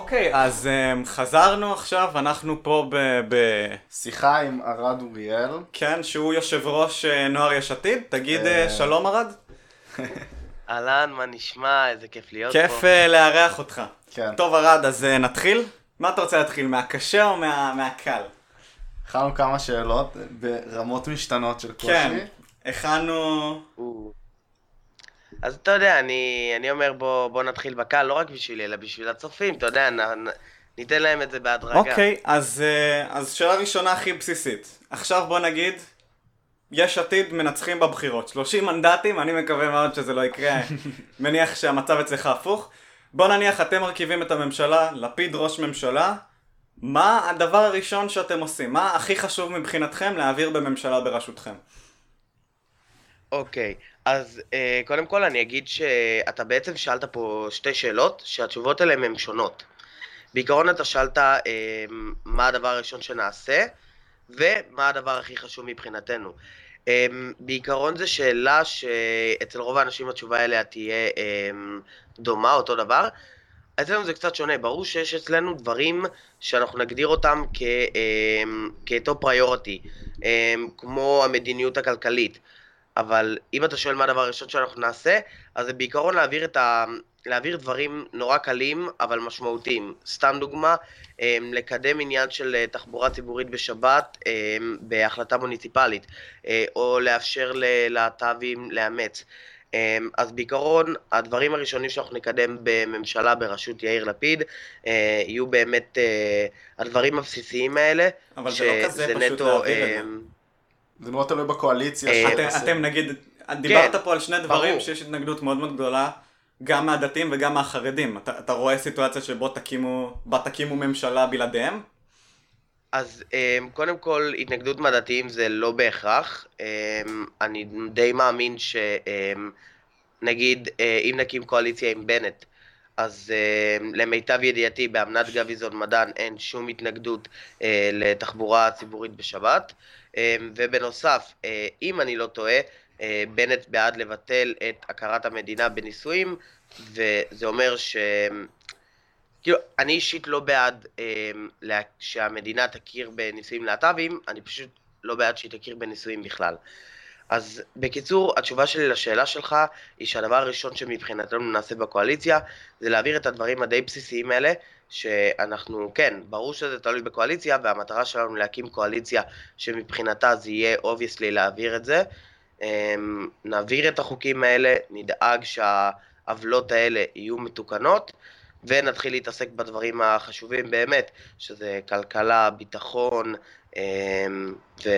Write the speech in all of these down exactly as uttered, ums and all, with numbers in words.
אוקיי, אז um, חזרנו עכשיו, אנחנו פה ב... ב... שיחה עם ארד אוריאל. כן, שהוא יושב ראש uh, נוער יש עתיד. תגיד אה, uh, שלום ארד. אהלן, מה נשמע? איזה כיף להיות כיף פה. uh, לארח אותך. כן. טוב ארד, אז uh, נתחיל? מה אתה רוצה להתחיל, מהקשה או מה... מהקל? הכנו כמה שאלות ברמות משתנות של קושי. כן, הכנו... או. אז אתה יודע, אני, אני אומר בוא, בוא נתחיל בקל, לא רק בשבילי, אלא בשביל הצופים, אתה יודע, נ, נ, ניתן להם את זה בהדרגה. אוקיי, אז, uh, אז שאלה ראשונה הכי בסיסית. עכשיו בוא נגיד, יש עתיד מנצחים בבחירות. שלושים מנדטים, אני מקווה מאוד שזה לא יקרה. מניח שהמצב אצלך הפוך. בוא נניח אתם מרכיבים את הממשלה, לפיד ראש ממשלה. מה הדבר הראשון שאתם עושים? מה הכי חשוב מבחינתכם להעביר בממשלה בראשותכם? אוקיי, אז אה, קודם כל אני אגיד שאתה בעצם שאלת פה שתי שאלות, שהתשובות עליהן הן שונות. בעיקרון אתה שאלת אה, מה הדבר הראשון שנעשה, ומה הדבר הכי חשוב מבחינתנו. אה, בעיקרון זו שאלה שאצל רוב האנשים התשובה אליה תהיה אה, דומה, אותו דבר. אצלנו זה קצת שונה, ברור שיש אצלנו דברים שאנחנו נגדיר אותם כטופ פריוריטי, כמו המדיניות הכלכלית. אבל אם אתה שואל מה הדבר הראשון שאנחנו נעשה, אז זה בעיקרון להעביר, את ה... להעביר דברים נורא קלים אבל משמעותיים. סתם דוגמה, לקדם עניין של תחבורה ציבורית בשבת בהחלטה מוניציפלית, או לאפשר ללהט"בים לאמץ. אז בעיקרון הדברים הראשונים שאנחנו נקדם בממשלה בראשות יאיר לפיד יהיו באמת הדברים הבסיסיים האלה. אבל זה לא כזה פשוט להעביר את זה. זה מאוד תלוי בקואליציה. אתם, אתם נגיד, דיברת פה על שני דברים שיש התנגדות מאוד מאוד גדולה, גם מהדתיים וגם מהחרדים. אתה, אתה רואה סיטואציה שבו תקימו, בה תקימו ממשלה בלעדיהם? אז קודם כל, התנגדות מהדתיים זה לא בהכרח. אני די מאמין שנגיד, אם נקים קואליציה עם בנט, אז למיטב ידיעתי באמנת גביזון מדען אין שום התנגדות לתחבורה ציבורית בשבת. ובנוסף, אם אני לא טועה, בנט בעד לבטל את הכרת המדינה בנישואים, וזה אומר ש... כאילו, אני אישית לא בעד שהמדינה תכיר בנישואים להט"בים, אני פשוט לא בעד שהיא תכיר בנישואים בכלל. אז בקיצור, התשובה שלי לשאלה שלך היא שהדבר הראשון שמבחינתנו נעשה בקואליציה זה להעביר את הדברים הדי בסיסיים האלה, שאנחנו, כן, ברור שזה תלוי בקואליציה, והמטרה שלנו להקים קואליציה שמבחינתה זה יהיה obviously להעביר את זה. נעביר את החוקים האלה, נדאג שהעוולות האלה יהיו מתוקנות, ונתחיל להתעסק בדברים החשובים באמת, שזה כלכלה, ביטחון ו...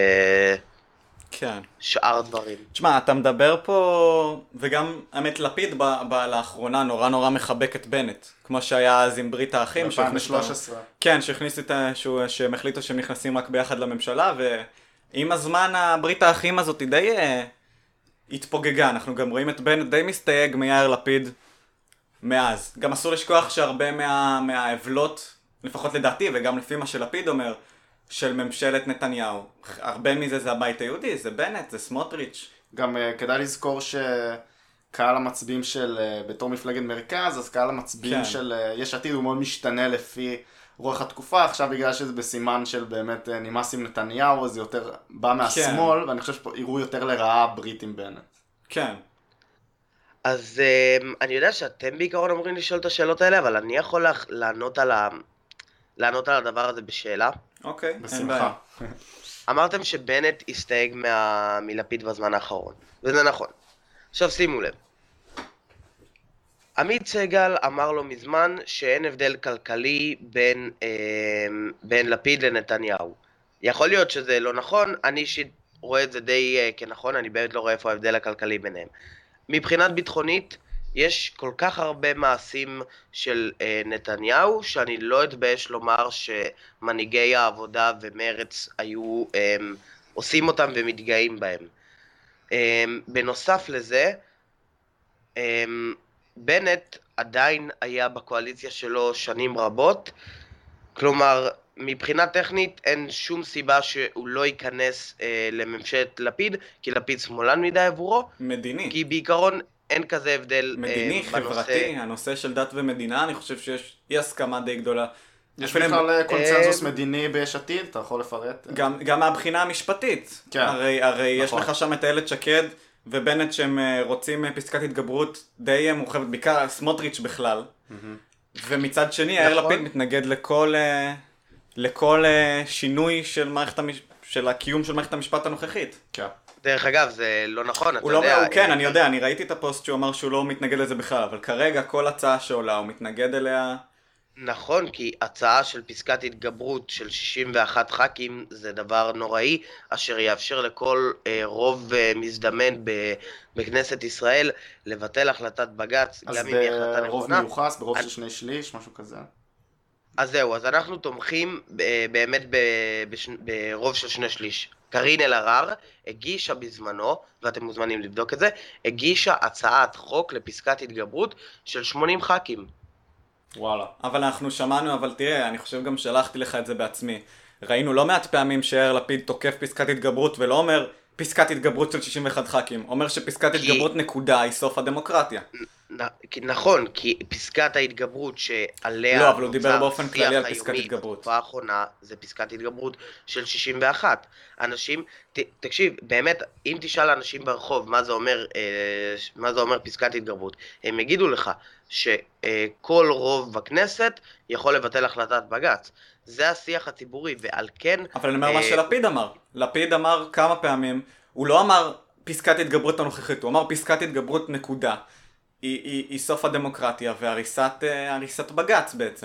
כן. שאר דברים. תשמע, אתה מדבר פה, וגם האמת לפיד ב, ב, לאחרונה נורא נורא מחבק את בנט, כמו שהיה אז עם ברית האחים. ב-אלפיים ושלוש עשרה. כן, שהכניס את ה... שהוא... שהם החליטו שהם נכנסים רק ביחד לממשלה, ועם הזמן הברית האחים הזאת היא די uh, התפוגגה. אנחנו גם רואים את בנט די מסתייג מיאיר לפיד מאז. גם אסור לשכוח שהרבה מה... מהעבלות, לפחות לדעתי, וגם לפי מה שלפיד אומר, של ממשלת נתניהו. הרבה מזה זה הבית היהודי, זה בנט, זה סמוטריץ'. גם uh, כדאי לזכור שקהל המצביעים של, uh, בתור מפלגת מרכז, אז קהל המצביעים כן. של uh, יש עתיד הוא מאוד משתנה לפי רוח התקופה. עכשיו בגלל שזה בסימן של באמת uh, נמאס עם נתניהו, אז זה יותר בא מהשמאל, כן. ואני חושב שיראו יותר לרעה ברית עם בנט. כן. אז uh, אני יודע שאתם בעיקרון אמורים לשאול את השאלות האלה, אבל אני יכול לענות על, ה... לענות על הדבר הזה בשאלה. אוקיי, בשמחה. אמרתם שבנט הסתייג מה... מלפיד בזמן האחרון, וזה נכון. עכשיו שימו לב. עמית סגל אמר לו מזמן שאין הבדל כלכלי בין, אה, בין לפיד לנתניהו. יכול להיות שזה לא נכון, אני אישית רואה את זה די אה, כנכון, אני באמת לא רואה איפה ההבדל הכלכלי ביניהם. מבחינת ביטחונית, יש כל כך הרבה מעשים של אה, נתניהו, שאני לא אתבייש לומר שמנהיגי העבודה ומרץ היו אה, עושים אותם ומתגאים בהם. אה, בנוסף לזה, אה, בנט עדיין היה בקואליציה שלו שנים רבות, כלומר, מבחינה טכנית אין שום סיבה שהוא לא ייכנס אה, לממשלת לפיד, כי לפיד שמאלן מדי עבורו. מדיני. כי בעיקרון... אין כזה הבדל מדיני, אה, בנושא. חברתי, הנושא של דת ומדינה, אני חושב שיש אי הסכמה די גדולה. יש אפילו- בכלל קונצנזוס מדיני ביש עתיד, אתה יכול לפרט? גם, גם מהבחינה המשפטית. כן. הרי, הרי נכון. יש לך שם את איילת שקד ובנט שהם אה, רוצים אה, פסקת התגברות די מורחבת, בעיקר סמוטריץ' בכלל. ומצד שני, יאיר נכון. לפיד מתנגד לכל, אה, לכל אה, שינוי של, מערכת המש... של הקיום של מערכת המשפט הנוכחית. כן. דרך אגב, זה לא נכון, אתה הוא לא, יודע. הוא, כן, אה, אני יודע, אני ראיתי את הפוסט שהוא אמר שהוא לא מתנגד לזה בכלל, אבל כרגע כל הצעה שעולה הוא מתנגד אליה. נכון, כי הצעה של פסקת התגברות של שישים ואחת ח"כים זה דבר נוראי, אשר יאפשר לכל אה, רוב אה, מזדמן ב, בכנסת ישראל לבטל החלטת בג"ץ, אז גם אם היא החלטה ברוב נכונה. מיוחס, ברוב אני- של שני שליש, משהו כזה. אז זהו, אז אנחנו תומכים אה, באמת ב, בש, ברוב של שני שליש. קארין אלהרר הגישה בזמנו, ואתם מוזמנים לבדוק את זה, הגישה הצעת חוק לפסקת התגברות של שמונים ח"כים. וואלה. אבל אנחנו שמענו, אבל תראה, אני חושב גם שלחתי לך את זה בעצמי. ראינו לא מעט פעמים שיאיר לפיד תוקף פסקת התגברות ולא אומר פסקת התגברות של שישים ואחת ח"כים. אומר שפסקת כי- התגברות נקודה היא סוף הדמוקרטיה. נ- כי- נכון, כי פסקת ההתגברות שעליה לא, אבל הוא דיבר נוצר באופן השיח כללי על היומי פסקת התגברות. בתקופה האחרונה זה פסקת התגברות של שישים ואחת. אנשים, ת, תקשיב, באמת, אם תשאל אנשים ברחוב מה זה אומר, אה, מה זה אומר פסקת התגברות, הם יגידו לך שכל רוב בכנסת יכול לבטל החלטת בג"ץ. זה השיח הציבורי, ועל כן... אבל אני אומר מה אה, שלפיד אמר. לפיד אמר כמה פעמים, הוא לא אמר פסקת התגברות הנוכחית, הוא אמר פסקת התגברות נקודה. היא, היא, היא סוף הדמוקרטיה והריסת אה, הריסת בג"ץ בעצם.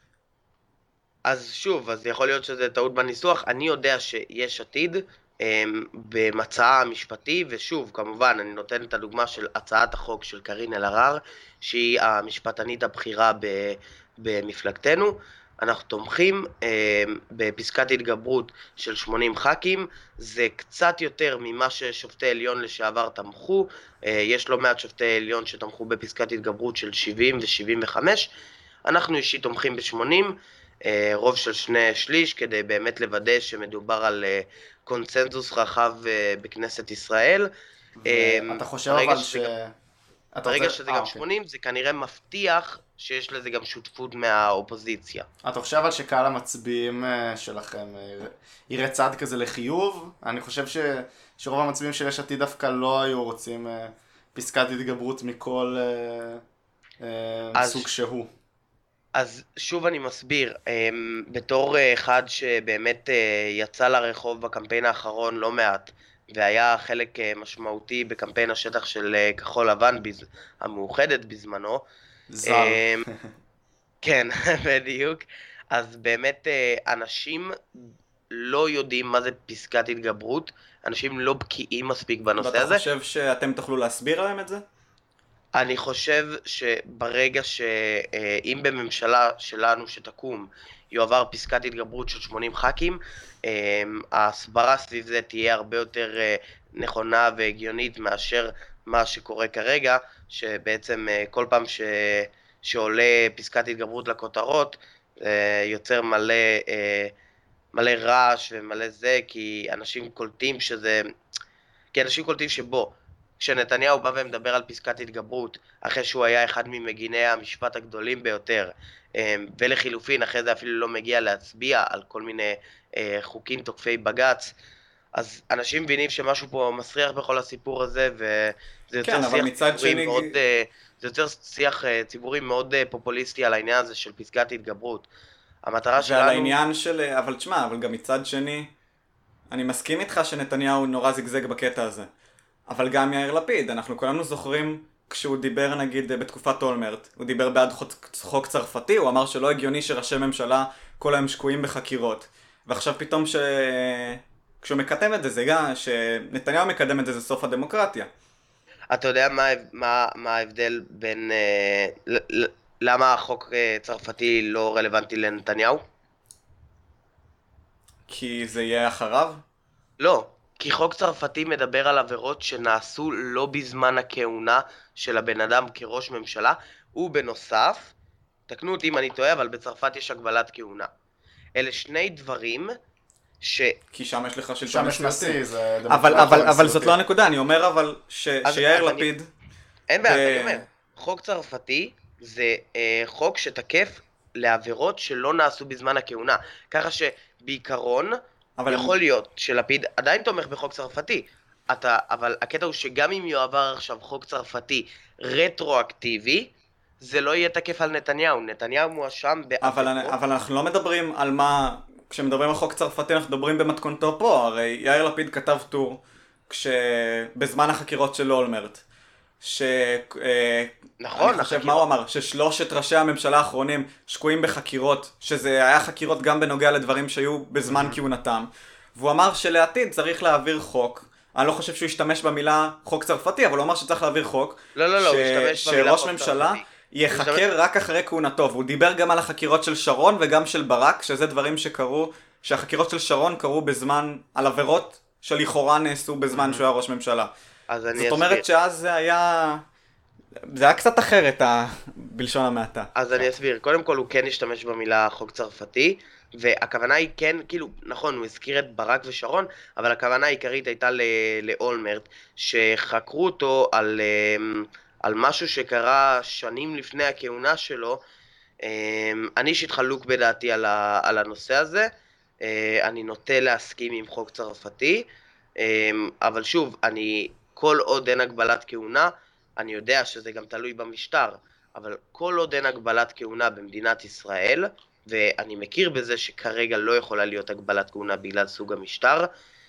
אז שוב, אז יכול להיות שזה טעות בניסוח. אני יודע שיש עתיד הם, במצעה המשפטי, ושוב, כמובן, אני נותן את הדוגמה של הצעת החוק של קארין אלהרר, שהיא המשפטנית הבכירה ב, במפלגתנו. אנחנו תומכים הם, בפסקת התגברות של שמונים ח"כים, זה קצת יותר ממה ששופטי עליון לשעבר תמכו, אה, יש לא מעט שופטי עליון שתמכו בפסקת התגברות של שבעים ו-שבעים וחמש, אנחנו אישית תומכים ב-שמונים, אה, רוב של שני שליש, כדי באמת לוודא שמדובר על אה, קונצנזוס רחב אה, בכנסת ישראל. אה, ואתה חושב ברגע אבל ש... שזה גם- אתה ברגע רוצה- שזה אה, גם אוקיי. שמונים, זה כנראה מבטיח שיש לזה גם שותפות מהאופוזיציה. אתה חושב אבל שקהל המצביעים אה, שלכם אה, יראה- יראה צעד כזה לחיוב? אני חושב ש... שרוב המצביעים של יש עתיד דווקא לא היו רוצים אה, פסקת התגברות מכל אה, אה, אז- סוג שהוא. אז שוב אני מסביר, אמ, בתור אה, אחד שבאמת אה, יצא לרחוב בקמפיין האחרון לא מעט, והיה חלק אה, משמעותי בקמפיין השטח של אה, כחול לבן, בז... המאוחדת בזמנו, ז"ל. אמ, כן, בדיוק, אז באמת אה, אנשים לא יודעים מה זה פסקת התגברות, אנשים לא בקיאים מספיק בנושא ואתה הזה. חושב שאתם תוכלו להסביר להם את זה? אני חושב שברגע שאם בממשלה שלנו שתקום יועבר פסקת התגברות של שמונים ח"כים, אמ, ההסברה סביב זה תהיה הרבה יותר אה, נכונה והגיונית מאשר מה שקורה כרגע, שבעצם אה, כל פעם ש... שעולה פסקת התגברות לכותרות, אה, יוצר מלא, אה, מלא רעש ומלא זה, כי אנשים קולטים שזה... כי אנשים קולטים שבו, כשנתניהו בא ומדבר על פסקת התגברות, אחרי שהוא היה אחד ממגיני המשפט הגדולים ביותר, ולחילופין, אחרי זה אפילו לא מגיע להצביע על כל מיני חוקים תוקפי בג"ץ, אז אנשים מבינים שמשהו פה מסריח בכל הסיפור הזה, וזה יוצר כן, אבל שיח מצד ציבורי שני- מאוד, אה, זה יוצר שיח אה, ציבורי מאוד אה, פופוליסטי על העניין הזה של פסקת התגברות. המטרה שלנו... ועל העניין של... אבל תשמע, אבל גם מצד שני, אני מסכים איתך שנתניהו נורא זגזג בקטע הזה. אבל גם יאיר לפיד, אנחנו כולנו זוכרים כשהוא דיבר נגיד בתקופת אולמרט, הוא דיבר בעד חוק, חוק צרפתי, הוא אמר שלא הגיוני שראשי ממשלה כל היום שקועים בחקירות. ועכשיו פתאום ש... כשהוא מקדם את זה, זה גם, שנתניהו מקדם את זה, זה סוף הדמוקרטיה. אתה יודע מה, מה, מה ההבדל בין... אה, ל, ל, למה החוק אה, צרפתי לא רלוונטי לנתניהו? כי זה יהיה אחריו? לא, כי חוק צרפתי מדבר על עבירות שנעשו לא בזמן הכהונה של הבן אדם כראש ממשלה, ובנוסף, תקנו אותי אם אני טועה, אבל בצרפת יש הגבלת כהונה. אלה שני דברים ש... כי שם יש לך שלטון שם יש נשיאותי. נשיא, זה אבל, דמוקרטיה אבל, אבל זאת נשיאותית. לא הנקודה, אני אומר אבל ש, אז- שיאיר אז אני- לפיד, אין בעיה, אני אומר, חוק צרפתי זה אה, חוק שתקף לעבירות שלא נעשו בזמן הכהונה, ככה שבעיקרון אבל יכול להיות שלפיד עדיין תומך בחוק צרפתי, אתה, אבל הקטע הוא שגם אם יועבר עכשיו חוק צרפתי רטרואקטיבי, זה לא יהיה תקף על נתניהו, נתניהו מואשם בעבירות. אבל, אבל אנחנו לא מדברים על מה, כשמדברים על חוק צרפתי אנחנו מדברים במתכונתו פה, הרי יאיר לפיד כתב טור, בזמן החקירות של אולמרט, ש... נכון, אני חושב החקירות. מה הוא אמר, ששלושת ראשי הממשלה האחרונים שקועים בחקירות, שזה היה חקירות גם בנוגע לדברים שהיו בזמן כהונתם, והוא אמר שלעתיד צריך להעביר חוק, אני לא חושב שהוא השתמש במילה חוק צרפתי, אבל הוא אמר שצריך להעביר חוק, לא, לא, לא, ש... הוא השתמש במילה שראש חוק ממשלה צרפתי. יחקר משתמש... רק אחרי כהונתו, והוא דיבר גם על החקירות של שרון וגם של ברק, שזה דברים שקרו, שהחקירות של שרון קרו בזמן, על עבירות שלכאורה נעשו בזמן שהוא היה ראש ממשלה. אז אני זאת אסביר. אומרת שאז זה היה, זה היה קצת אחרת ה... בלשון המעטה. אז אני אסביר, קודם כל הוא כן השתמש במילה חוק צרפתי, והכוונה היא כן, כאילו, נכון, הוא הזכיר את ברק ושרון, אבל הכוונה העיקרית הייתה ל- לאולמרט, שחקרו אותו על, אמ, על משהו שקרה שנים לפני הכהונה שלו. אמ, אני אישית חלוק בדעתי על, ה- על הנושא הזה, אה, אני נוטה להסכים עם חוק צרפתי, אמ, אבל שוב, אני, כל עוד אין הגבלת כהונה, אני יודע שזה גם תלוי במשטר, אבל כל עוד אין הגבלת כהונה במדינת ישראל, ואני מכיר בזה שכרגע לא יכולה להיות הגבלת כהונה בגלל סוג המשטר,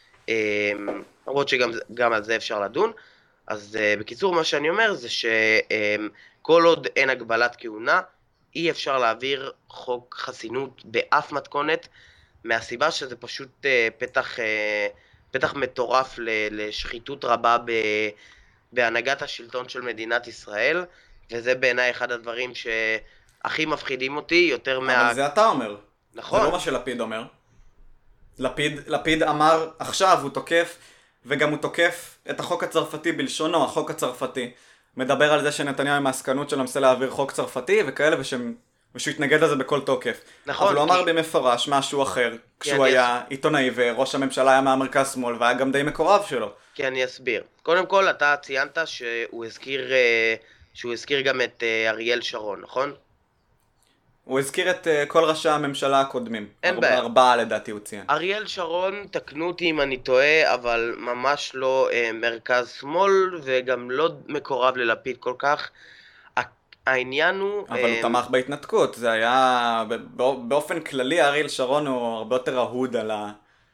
למרות שגם גם על זה אפשר לדון, אז בקיצור מה שאני אומר זה שכל עוד אין הגבלת כהונה, אי אפשר להעביר חוק חסינות באף מתכונת, מהסיבה שזה פשוט פתח, פתח מטורף לשחיתות רבה ב... בהנהגת השלטון של מדינת ישראל, וזה בעיניי אחד הדברים שהכי מפחידים אותי, יותר מה... אבל זה אתה אומר. נכון. זה לא מה שלפיד אומר. לפיד, לפיד אמר, עכשיו הוא תוקף, וגם הוא תוקף את החוק הצרפתי בלשונו, החוק הצרפתי. מדבר על זה שנתניהו עם העסקנות שלו מנסה להעביר חוק צרפתי וכאלה, ושהם... ושהוא התנגד לזה בכל תוקף. נכון. אבל הוא כי... אמר במפורש משהו אחר, כשהוא אני היה עיתונאי וראש הממשלה היה מהמרכז שמאל, והיה גם די מקורב שלו. כי אני אסביר. קודם כל, אתה ציינת שהוא הזכיר, שהוא הזכיר גם את אריאל שרון, נכון? הוא הזכיר את uh, כל ראשי הממשלה הקודמים. אין ארבע, בעיה. ארבעה לדעתי הוא ציין. אריאל שרון, תקנו אותי אם אני טועה, אבל ממש לא אה, מרכז שמאל, וגם לא מקורב ללפיד כל כך. העניין הוא... אבל הוא תמך בהתנתקות, זה היה, באופן כללי אריאל שרון הוא הרבה יותר אהוד על ה...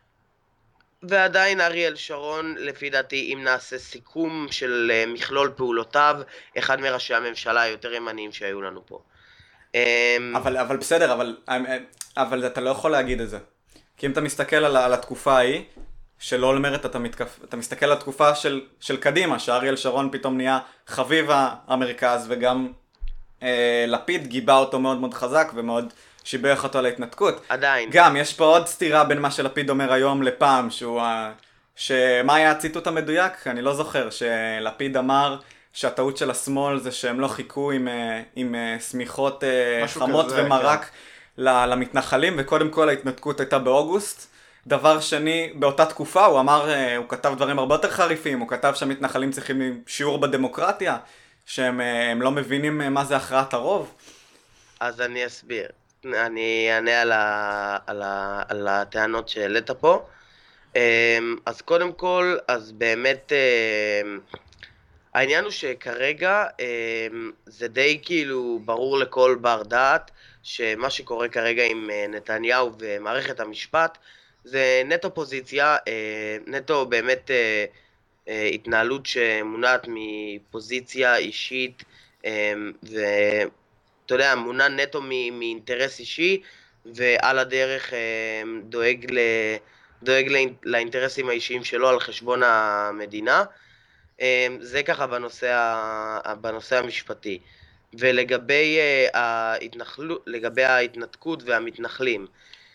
ועדיין אריאל שרון, לפי דעתי, אם נעשה סיכום של מכלול פעולותיו, אחד מראשי הממשלה היותר ימניים שהיו לנו פה. אבל, אבל בסדר, אבל, אבל אתה לא יכול להגיד את זה. כי אם אתה מסתכל על, על התקופה ההיא, של אולמרט, אתה, מתקף, אתה מסתכל על התקופה של, של קדימה, שאריאל שרון פתאום נהיה חביב המרכז, וגם אה, לפיד גיבה אותו מאוד מאוד חזק, ומאוד שיבח אותו על ההתנתקות. עדיין. גם, יש פה עוד סתירה בין מה שלפיד אומר היום לפעם, שהוא... שמה היה הציטוט המדויק? אני לא זוכר, שלפיד אמר שהטעות של השמאל זה שהם לא חיכו עם, עם סמיכות חמות כזה, ומרק כן. למתנחלים, וקודם כל ההתנתקות הייתה באוגוסט. דבר שני, באותה תקופה הוא אמר, הוא כתב דברים הרבה יותר חריפים, הוא כתב שהמתנחלים צריכים שיעור בדמוקרטיה, שהם לא מבינים מה זה הכרעת הרוב. אז אני אסביר. אני אענה על, ה, על, ה, על הטענות שהעלית פה. אז קודם כל, אז באמת, העניין הוא שכרגע זה די כאילו ברור לכל בר דעת, שמה שקורה כרגע עם נתניהו ומערכת המשפט, זה נטו פוזיציה, נטו באמת התנהלות שמונעת מפוזיציה אישית, ו... אתה יודע, מונע נטו מאינטרס אישי, ועל הדרך דואג, ל, דואג לאינטרסים האישיים שלו על חשבון המדינה. זה ככה בנושא, בנושא המשפטי. ולגבי ההתנחלות, לגבי ההתנתקות והמתנחלים.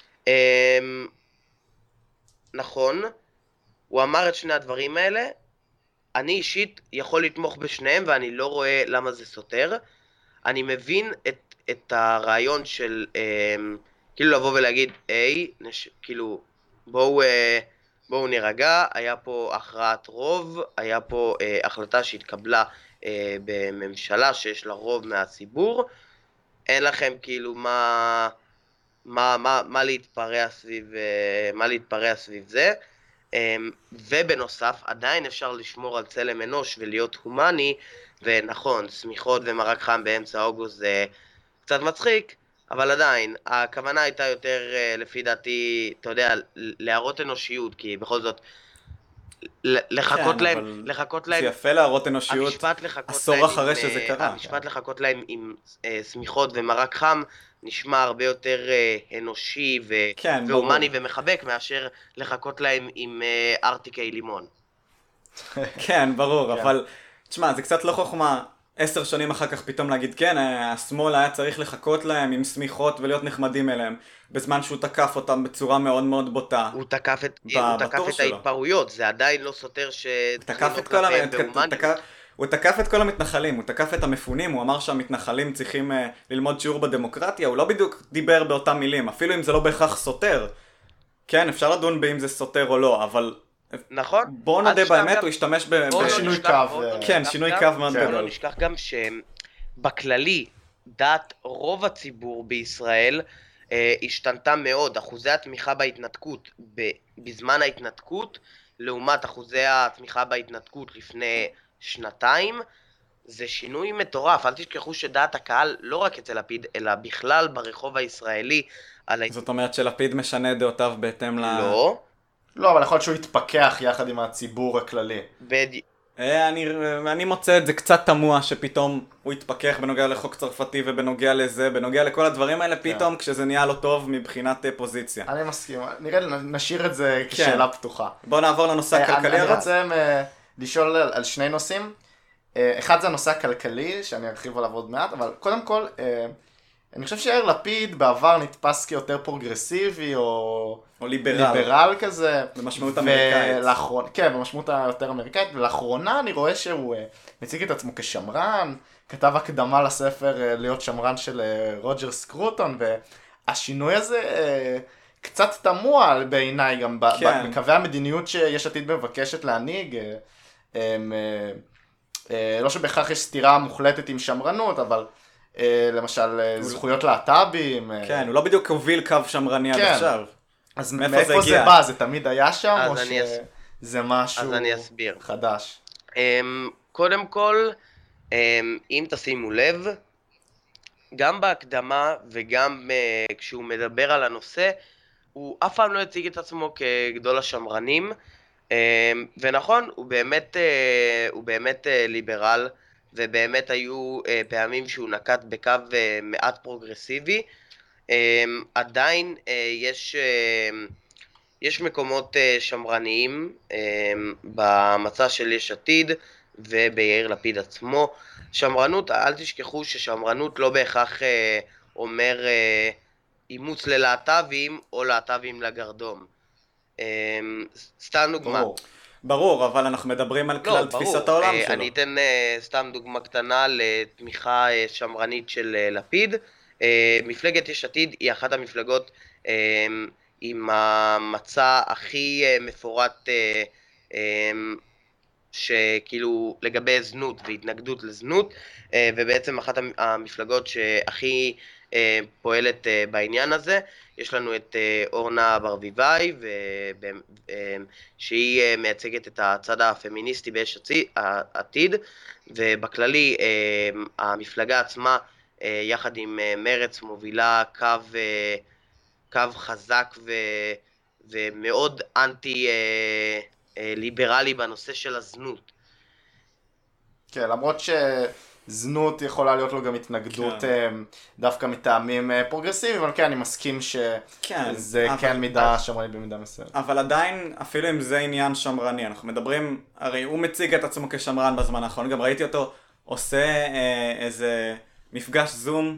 נכון, הוא אמר את שני הדברים האלה, אני אישית יכול לתמוך בשניהם, ואני לא רואה למה זה סותר. אני מבין את, את הרעיון של אה, כאילו לבוא ולהגיד, היי, נש... כאילו, בואו, אה, בואו נירגע, היה פה הכרעת רוב, היה פה אה, החלטה שהתקבלה אה, בממשלה שיש לה רוב מהציבור, אין לכם כאילו מה, מה, מה, מה להתפרע סביב, אה, מה להתפרע סביב זה, אה, ובנוסף עדיין אפשר לשמור על צלם אנוש ולהיות הומני, ונכון, סמיכות ומרק חם באמצע אוגוסט זה קצת מצחיק, אבל עדיין, הכוונה הייתה יותר, לפי דעתי, אתה יודע, להראות אנושיות, כי בכל זאת, לחכות כן, להם, אבל לחכות זה להם, יפה להראות אנושיות המשפט לחכות עשור להם אחרי עם, שזה אה, קרה. המשפט לחכות להם עם אה, סמיכות ומרק חם, נשמע הרבה יותר אה, אנושי ו- כן, והומני ברור. ומחבק, מאשר לחכות להם עם אה, ארטיקי לימון. כן, ברור, כן. אבל תשמע, זה קצת לא חוכמה עשר שנים אחר כך פתאום להגיד, כן, השמאל היה צריך לחכות להם עם סמיכות ולהיות נחמדים אליהם, בזמן שהוא תקף אותם בצורה מאוד מאוד בוטה. הוא תקף את, ב- הוא תקף בטור את שלו. ההתפרעויות, זה עדיין לא סותר הוא שצריך תקף לנהוג את כל המ... כלפיהם ת- בהומניות. תקף... הוא תקף את כל המתנחלים, הוא תקף את המפונים, הוא אמר שהמתנחלים צריכים uh, ללמוד שיעור בדמוקרטיה, הוא לא בדיוק דיבר באותם מילים, אפילו אם זה לא בהכרח סותר. כן, אפשר לדון באם זה סותר או לא, אבל נכון? בואו אל נודה תשכח באמת, גם- הוא השתמש ב... בואו ב- לא שינוי נשכח- קו, בואו לא אה, נשכח כן, גם- שינוי גם- קו מאוד בואו גדול. לא נשכח גם שבכללי, דעת רוב הציבור בישראל אה, השתנתה מאוד. אחוזי התמיכה בהתנתקות ב- בזמן ההתנתקות, לעומת אחוזי התמיכה בהתנתקות לפני שנתיים, זה שינוי מטורף. אל תשכחו שדעת הקהל, לא רק אצל לפיד, אלא בכלל ברחוב הישראלי, על ה... זאת אומרת שלפיד משנה דעותיו בהתאם ל... לא, לא, אבל יכול להיות שהוא יתפכח יחד עם הציבור הכללי. בדי... אה, אני, אני מוצא את זה קצת תמוה שפתאום הוא התפכח בנוגע לחוק צרפתי ובנוגע לזה, בנוגע לכל הדברים האלה, פתאום כשזה נהיה לא טוב מבחינת אה, פוזיציה. אני מסכים, נראה לי נשאיר את זה כשאלה פתוחה. בואו נעבור לנושא אה, הכלכלי אני הרע. רוצה אה, לשאול על על שני נושאים. אה, אחד זה הנושא הכלכלי, שאני ארחיב עליו עוד מעט, אבל קודם כל, אה, אני חושב שיאיר לפיד בעבר נתפס כיותר פרוגרסיבי, או או ליברל. ליברל כזה. במשמעות אמריקאית. ולאחרונה, כן, במשמעות היותר אמריקאית, ולאחרונה אני רואה שהוא אה, מציג את עצמו כשמרן, כתב הקדמה לספר אה, להיות שמרן של אה, רוג'ר סקרוטון, והשינוי הזה אה, קצת תמוה בעיניי גם ב- כן. ב- בקווי המדיניות שיש עתיד מבקשת להנהיג. אה, אה, אה, לא שבהכרח יש סתירה מוחלטת עם שמרנות, אבל אה, למשל אה, זכויות להט"בים. אה, כן, הוא לא בדיוק הוביל קו שמרני עד כן. עכשיו. אז מאיפה מאיפה זה זה הגיע? בא? זה תמיד היה שם, אז או אני אס- שזה משהו אז אני אסביר. חדש? אמ, קודם כל, אמ, אם תשימו לב, גם בהקדמה וגם uh, כשהוא מדבר על הנושא, הוא אף פעם לא הציג את עצמו כגדול השמרנים, um, ונכון, הוא באמת, uh, הוא באמת uh, ליברל, ובאמת היו uh, פעמים שהוא נקט בקו uh, מעט פרוגרסיבי. um, עדיין uh, יש, uh, יש מקומות uh, שמרניים um, במצע של יש עתיד וביאיר לפיד עצמו. שמרנות, אל תשכחו ששמרנות לא בהכרח אה, אומר אה, אימוץ ללהט"בים או להט"בים לגרדום. אה, סתם דוגמה. ברור. ברור, אבל אנחנו מדברים על לא, כלל ברור. תפיסת העולם אה, שלו. אני אתן אה, סתם דוגמה קטנה לתמיכה אה, שמרנית של אה, לפיד. אה, מפלגת יש עתיד היא אחת המפלגות אה, עם המצע הכי אה, מפורט אה, אה, שכאילו לגבי זנות והתנגדות לזנות, ובעצם אחת המפלגות שהכי פועלת בעניין הזה. יש לנו את אורנה ברביבאי, שהיא מייצגת את הצד הפמיניסטי ביש עתיד, ובכללי המפלגה עצמה יחד עם מרץ מובילה קו, קו חזק ו, ומאוד אנטי ליברלי בנושא של הזנות. כן, למרות שזנות יכולה להיות לו גם התנגדות כן. דווקא מטעמים פרוגרסיביים, אבל כן, אני מסכים שזה כן, כן, אבל- מידה שמרנית במידה מסוימת. אבל עדיין, אפילו אם זה עניין שמרני, אנחנו מדברים, הרי הוא מציג את עצמו כשמרן בזמן האחרון, גם ראיתי אותו עושה אה, איזה מפגש זום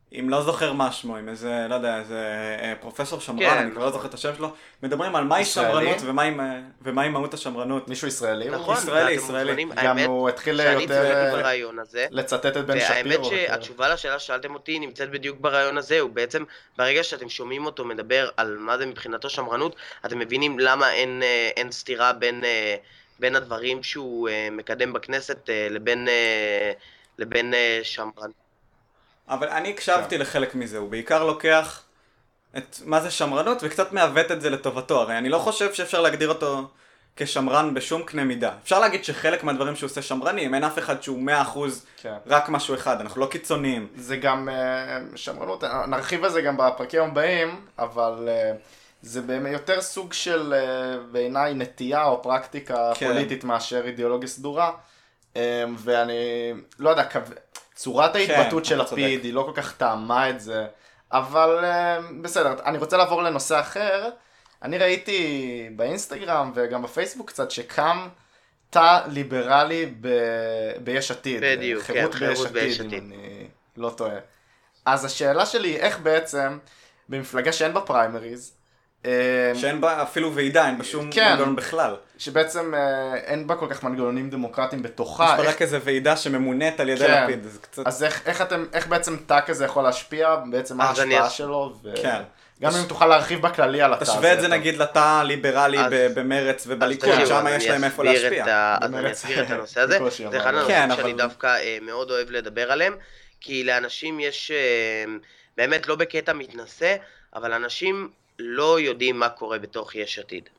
אם לא זוכר מה שמו, עם איזה, לא יודע, איזה אה, פרופסור שמרן, כן, אני כבר לא נכון. זוכר את השם שלו, מדברים על מהי ישראלי? שמרנות ומהי, אה, ומהי מהות השמרנות. מישהו ישראלי? נכון, ישראלי, ואתם ישראלי. מוזמנים, גם האמת, הוא התחיל שאני יותר צפיתי אה, ברעיון הזה, לצטט את בן והאמת שפירו. שהתשובה לשאלה ששאלתם אותי נמצאת בדיוק ברעיון הזה, הוא בעצם, ברגע שאתם שומעים אותו מדבר על מה זה מבחינתו שמרנות, אתם מבינים למה אין, אה, אין סתירה בין, אה, בין הדברים שהוא אה, מקדם בכנסת אה, לבין, אה, לבין אה, שמרנות. אבל אני הקשבתי לחלק מזה, הוא בעיקר לוקח את מה זה שמרנות וקצת מעוות את זה לטובתו, הרי אני לא חושב שאפשר להגדיר אותו כשמרן בשום קנה מידה. אפשר להגיד שחלק מהדברים שהוא עושה שמרנים, אין אף אחד שהוא מאה אחוז כן. רק משהו אחד, אנחנו לא קיצוניים. זה גם אה, שמרנות, נרחיב על זה גם בפרקים הבאים, אבל אה, זה באמת יותר סוג של אה, בעיניי נטייה או פרקטיקה כן. פוליטית מאשר אידיאולוגיה סדורה, אה, ואני לא יודע, קו... צורת ההתבטאות כן, של אתה צודק. לפיד היא לא כל כך טעמה את זה, אבל אה, בסדר, אני רוצה לעבור לנושא אחר. אני ראיתי באינסטגרם וגם בפייסבוק קצת שקם תא ליברלי ב... ביש עתיד. בדיוק, חירות כן, חירות ביש ביש עתיד, עתיד. אם אני לא טועה. אז השאלה שלי היא איך בעצם במפלגה שאין בה פריימריז, אה, שאין בה אפילו ועידה, אין בה שום כן. מנגנון בכלל. שבעצם אה, אין בה כל כך מנגנונים דמוקרטיים יש בתוכה, בה איך, רק איזה ועידה שממונית על ידי כן. לפיד, זה קצת... אז איך, איך, אתם, איך בעצם תא כזה יכול להשפיע, בעצם מה אז אני ההשפעה אס- שלו, ו... כן. גם אם תוכל להרחיב בכללי על התא. תשווה את זה טוב. נגיד לתא הליברלי אז- ב- במרץ אז ובליכוד, תקשיבו, שם אז יש אני להם איפה אסביר להשפיע. את ה- אז אני במרץ. אסביר את הנושא הזה, בקושי, זה אחד אבל- הנושאים כן, שאני אבל- דווקא אה, מאוד אוהב לדבר עליהם, כי לאנשים יש, אה, באמת לא בקטע מתנשא, אבל אנשים לא יודעים מה קורה בתוך יש עתיד.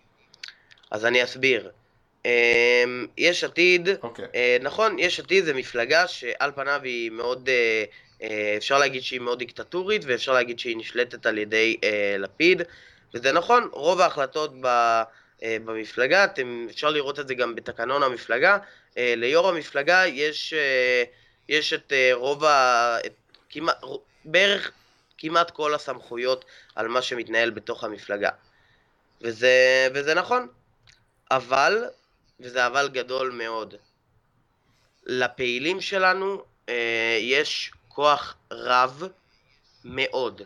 אז אני אסביר. אה, יש עתיד, אוקיי. אה, נכון, יש עתיד זה מפלגה שעל פניו היא מאוד, אה, אה, אפשר להגיד שהיא מאוד דיקטטורית, ואפשר להגיד שהיא נשלטת על ידי אה, לפיד, וזה נכון, רוב ההחלטות ב, אה, במפלגה, אתם, אפשר לראות את זה גם בתקנון המפלגה, אה, ליו"ר המפלגה יש, אה, יש את אה, רוב ה... את, כמעט, בערך כמעט כל הסמכויות על מה שמתנהל בתוך המפלגה. וזה, וזה נכון, אבל, וזה אבל גדול מאוד, לפעילים שלנו אה, יש כוח רב מאוד.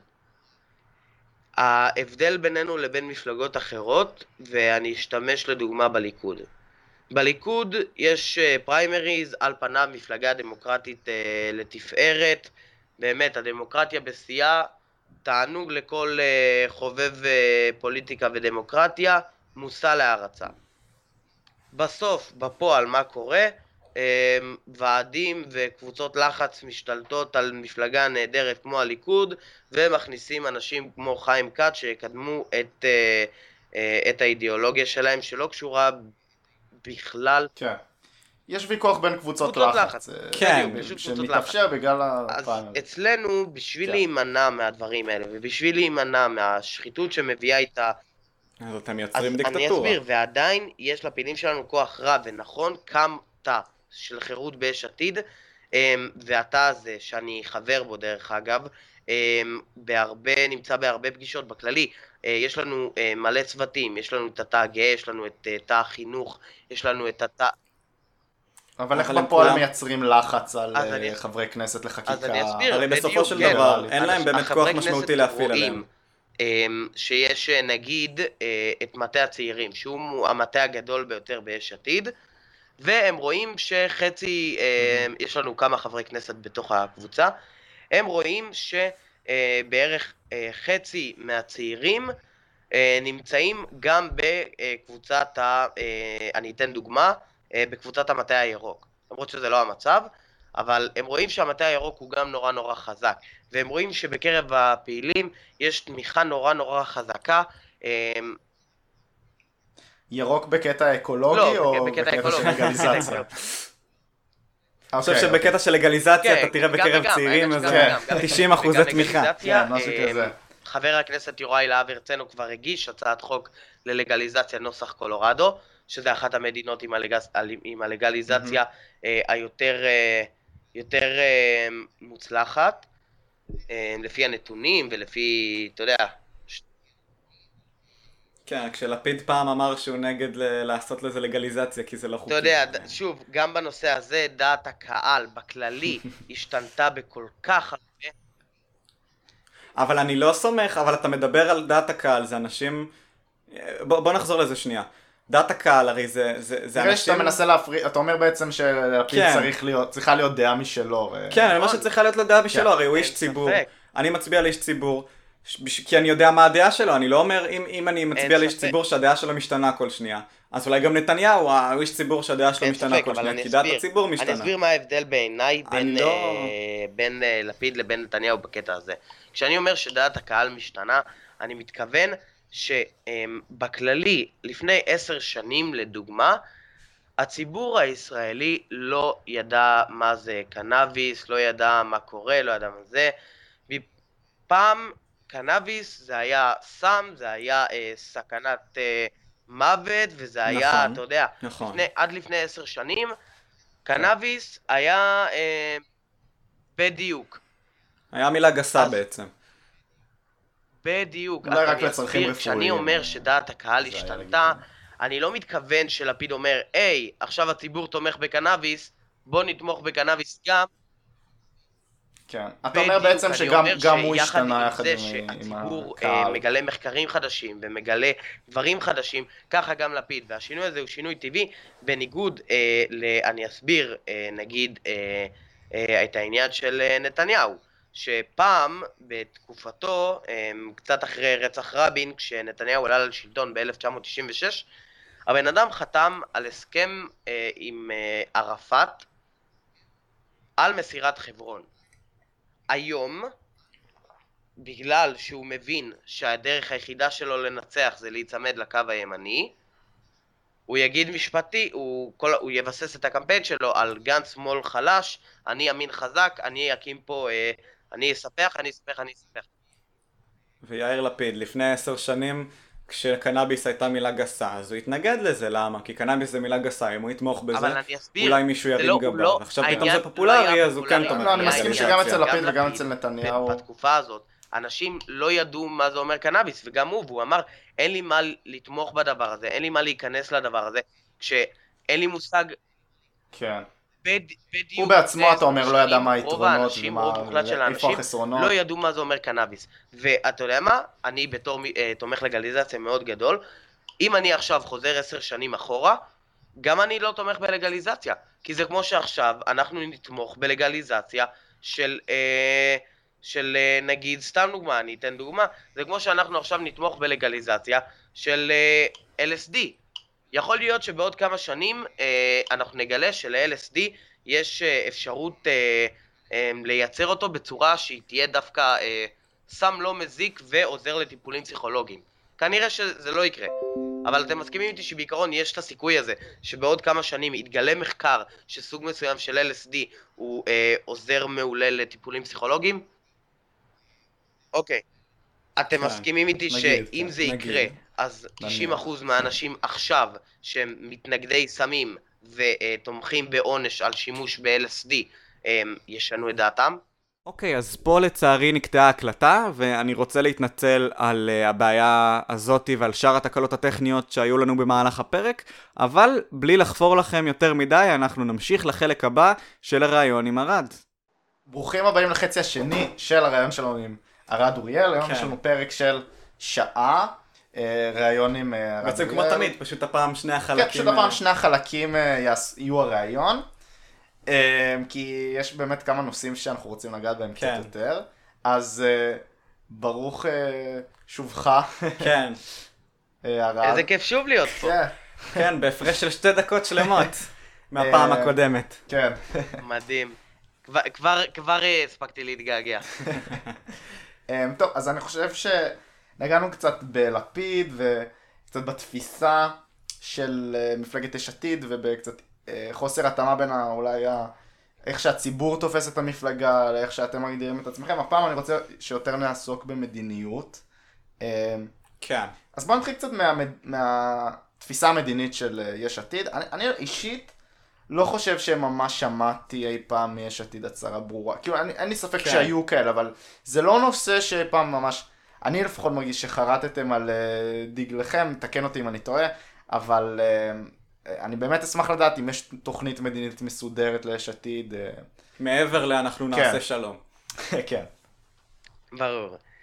ההבדל בינינו לבין מפלגות אחרות, ואני אשתמש לדוגמה בליכוד. בליכוד יש אה, פריימריז, על פניו מפלגה דמוקרטית אה, לתפארת, באמת הדמוקרטיה בשיאה, תענוג לכל אה, חובב אה, פוליטיקה ודמוקרטיה, מושא להערצה. בסוף, בפועל, מה קורה? אה, ועדים וקבוצות לחץ משתלטות על מפלגה נהדרת כמו הליכוד, ומכניסים אנשים כמו חיים כץ שיקדמו את, אה, אה, את האידיאולוגיה שלהם, שלא קשורה בכלל. כן. יש ויכוח בין קבוצות קבוצות לחץ. לחץ. אה, כן, ב- פשוט קבוצות שמתאפשר בגלל אז הפריימריז. אצלנו, בשביל כן. להימנע מהדברים האלה, ובשביל להימנע מהשחיתות שמביאה איתה, אז אתם אז יוצרים אני דיקטטורה. אסביר, ועדיין יש לפעילים שלנו כוח רב, ונכון, קם תא של חירות ביש עתיד, אמ, והתא הזה, שאני חבר בו דרך אגב, אמ, בהרבה, נמצא בהרבה פגישות בכללי, אה, יש לנו אה, מלא צוותים, יש לנו את התא הגאה, יש לנו את אה, תא החינוך, יש לנו את התא... אבל איך אבל הם בפועל כולם- מייצרים לחץ על אז אה, אני- חברי כנסת לחקיקה? אז אני אסביר. הרי בדיוק, בסופו של כן. דבר, אין אנש- להם באמת החברי כוח כנסת משמעותי להפעיל רואים, עליהם. אמ, שיש אה, נגיד אה, את מטה הצעירים, שהוא המטה הגדול ביותר ביש עתיד, והם רואים שחצי, אה, יש לנו כמה חברי כנסת בתוך הקבוצה, הם רואים שבערך חצי מהצעירים אה, נמצאים גם בקבוצת, ה, אה, אני אתן דוגמה, אה, בקבוצת המטה הירוק. למרות שזה לא המצב, אבל הם רואים שהמטה הירוק הוא גם נורא נורא חזק, והם רואים שבקרב הפעילים יש תמיכה נורא נורא חזקה, אה, ירוק בקטע אקולוגי לא, או בקטע בקטע של אקולוגי. לגליזציה? אני חושב אוקיי, שבקטע של לגליזציה כן, אתה תראה גם בקרב וגם, צעירים האמת איזה שגם וגם, גם תשעים אחוזי וגם תמיכה. לגליזציה, כן, משהו אה, כזה. חבר הכנסת יוראי להב הרצנו כבר הגיש הצעת חוק ללגליזציה נוסח קולורדו, שזה אחת המדינות עם, הלגז, עם הלגליזציה אה, היותר אה, יותר אה, מוצלחת, אה, לפי הנתונים ולפי, אתה יודע, כן, כשלפיד פעם אמר שהוא נגד ל- לעשות לזה לגליזציה כי זה לא חוקי. אתה יודע, ד- שוב, גם בנושא הזה דעת הקהל בכללי השתנתה בכל כך הרבה, אבל אני לא סומך, אבל אתה מדבר על דעת הקהל, זה אנשים... בוא, בוא נחזור לזה שנייה. דעת הקהל, הרי זה, זה, זה נראה אנשים... שאתה מנסה להפריד, אתה אומר בעצם שלפיד כן. צריך להיות, צריכה להיות דעה משלו. כן, אני אומר שצריכה להיות לו דעה משלו, הרי הוא אין איש ציבור. ספק. אני מצביע לאיש ציבור, ש- כי אני יודע מה הדעה שלו, אני לא אומר אם, אם אני מצביע אין לאיש ספק. ציבור שהדעה שלו משתנה כל שנייה. אז אולי גם נתניהו, הוא איש ציבור שהדעה שלו אין משתנה ספק, כל אבל שנייה, אני כי דעת אסביר. הציבור משתנה. אני אסביר מה ההבדל בעיניי בין, לא- אה, בין אה, לפיד לבין נתניהו בקטע הזה. כשאני אומר שדעת הקהל משתנה, אני מתכוון שבכללי, לפני עשר שנים לדוגמה, הציבור הישראלי לא ידע מה זה קנאביס, לא ידע מה קורה, לא ידע מה זה. פעם קנאביס זה היה סם, זה היה אה, סכנת אה, מוות, וזה היה, נכון, אתה יודע, נכון. לפני, עד לפני עשר שנים, קנאביס היה אה, בדיוק. היה מילה גסה אז- בעצם. בדיוק. אולי אז רק אני לצרכים אסביר, רפואיים. כשאני אומר שדעת הקהל זה היה השתנתה, לגיטימי. אני לא מתכוון שלפיד אומר, היי, עכשיו הציבור תומך בקנאביס, בוא נתמוך בקנאביס גם. כן. אתה אומר בדיוק, בעצם אני שגם אומר גם הוא שיחד השתנה עם יחד זה עם עם שהציבור אה, הקהל. מגלה מחקרים חדשים ומגלה דברים חדשים, ככה גם לפיד. והשינוי הזה הוא שינוי טבעי, בניגוד, אה, ל, אני אסביר, אה, נגיד, אה, אה, את העניין של אה, נתניהו. שפעם, בתקופתו, אה, קצת אחרי רצח רבין, כשנתניהו עלה לשלטון ב-אלף תשע מאות תשעים ושש, הבן אדם חתם על הסכם אה, עם אה, ערפאת על מסירת חברון. היום, בגלל שהוא מבין שהדרך היחידה שלו לנצח זה להיצמד לקו הימני, הוא יגיד משפטי, הוא, כל, הוא יבסס את הקמפיין שלו על גנץ שמאל חלש, אני ימין חזק, אני אקים פה, אה, אני אספח, אני אספח, אני אספח. ויאיר לפיד, לפני עשר שנים, כשקנאביס הייתה מילה גסה, אז הוא התנגד לזה, למה? כי קנאביס זה מילה גסה, אם הוא יתמוך בזה, אבל אני אסביר, אולי מישהו זה ירים לא- הוא גבה. לא- עכשיו פתאום העניין זה פופולרי, לא אז הוא כן פופולרי. תומך. לא, אני מסכים בלגליזציה. שגם אצל לפיד גם וגם לפיד, אצל נתניהו. בתקופה הזאת, אנשים לא ידעו מה זה אומר קנאביס, וגם הוא, והוא אמר, אין לי מה לתמוך בדבר הזה, אין לי מה להיכנס לדבר הזה, כשאין לי מושג כן. בד, בדיוק. הוא בעצמו, זה אתה אומר, לא ידע שנים, מה רוב היתרונות האנשים, ומה- רוב מוחלט של איפה האנשים, החסרונות. לא ידעו מה זה אומר קנאביס. ואתה יודע מה? אני בתור אה, תומך לגליזציה מאוד גדול, אם אני עכשיו חוזר עשר שנים אחורה, גם אני לא תומך בלגליזציה. כי זה כמו שעכשיו אנחנו נתמוך בלגליזציה של, אה, של אה, נגיד, סתם דוגמה, אני אתן דוגמה, זה כמו שאנחנו עכשיו נתמוך בלגליזציה של אה, אל אס די. יכול להיות שבעוד כמה שנים אה, אנחנו נגלה של-אל אס די יש אה, אפשרות אה, אה, לייצר אותו בצורה שהיא תהיה דווקא אה, סם לא מזיק ועוזר לטיפולים פסיכולוגיים. כנראה שזה לא יקרה, אבל אתם מסכימים איתי שבעיקרון יש את הסיכוי הזה שבעוד כמה שנים יתגלה מחקר שסוג מסוים של אל אס די הוא אה, עוזר מעולה לטיפולים פסיכולוגיים? אוקיי. אתם כן, מסכימים איתי נגיד, שאם כן, זה נגיד. יקרה, אז תשעים אחוז מהאנשים עכשיו שהם מתנגדי סמים ותומכים בעונש על שימוש ב-אל אס די הם ישנו את דעתם? אוקיי, אז פה לצערי נקטעה ההקלטה, ואני רוצה להתנצל על uh, הבעיה הזאתי ועל שאר התקלות הטכניות שהיו לנו במהלך הפרק, אבל בלי לחפור לכם יותר מדי, אנחנו נמשיך לחלק הבא של הרעיון עם ארד. ברוכים הבאים לחצי השני של הרעיון שלנו עם ארד אוריאל. היום כן. יש לנו פרק של שעה, אה, ראיון עם אה, ארד בעצם כמו אוריאל. תמיד, פשוט הפעם שני החלקים... כן, פשוט הפעם שני החלקים אה, יעש- יהיו הראיון, אה, כי יש באמת כמה נושאים שאנחנו רוצים לגעת בהם כן. קצת יותר. אז אה, ברוך אה, שובך, כן, אה, ארד. איזה כיף שוב להיות פה. כן, כן, בהפרש של שתי דקות שלמות מהפעם אה, הקודמת. כן. מדהים. כבר, כבר, כבר אה, הספקתי להתגעגע. Um, טוב, אז אני חושב שנגענו קצת בלפיד וקצת בתפיסה של uh, מפלגת יש עתיד ובקצת uh, חוסר התאמה בין ה- אולי ה... איך שהציבור תופס את המפלגה, לאיך שאתם מגדירים את עצמכם. הפעם אני רוצה שיותר נעסוק במדיניות. Um, כן. אז בואו נתחיל קצת מהמד... מהתפיסה המדינית של uh, יש עתיד. אני, אני אישית לא חושב שממש שמעתי אי פעם מיש עתיד הצהרה ברורה. כאילו, אני, אין לי ספק כן. שהיו כאלה, אבל זה לא נושא שפעם ממש... אני לפחות מרגיש שחרטתם על uh, דגלכם, תקן אותי אם אני טועה, אבל uh, אני באמת אשמח לדעת אם יש תוכנית מדינית מסודרת ליש עתיד. Uh, מעבר לאנחנו נעשה שלום. כן. ברור.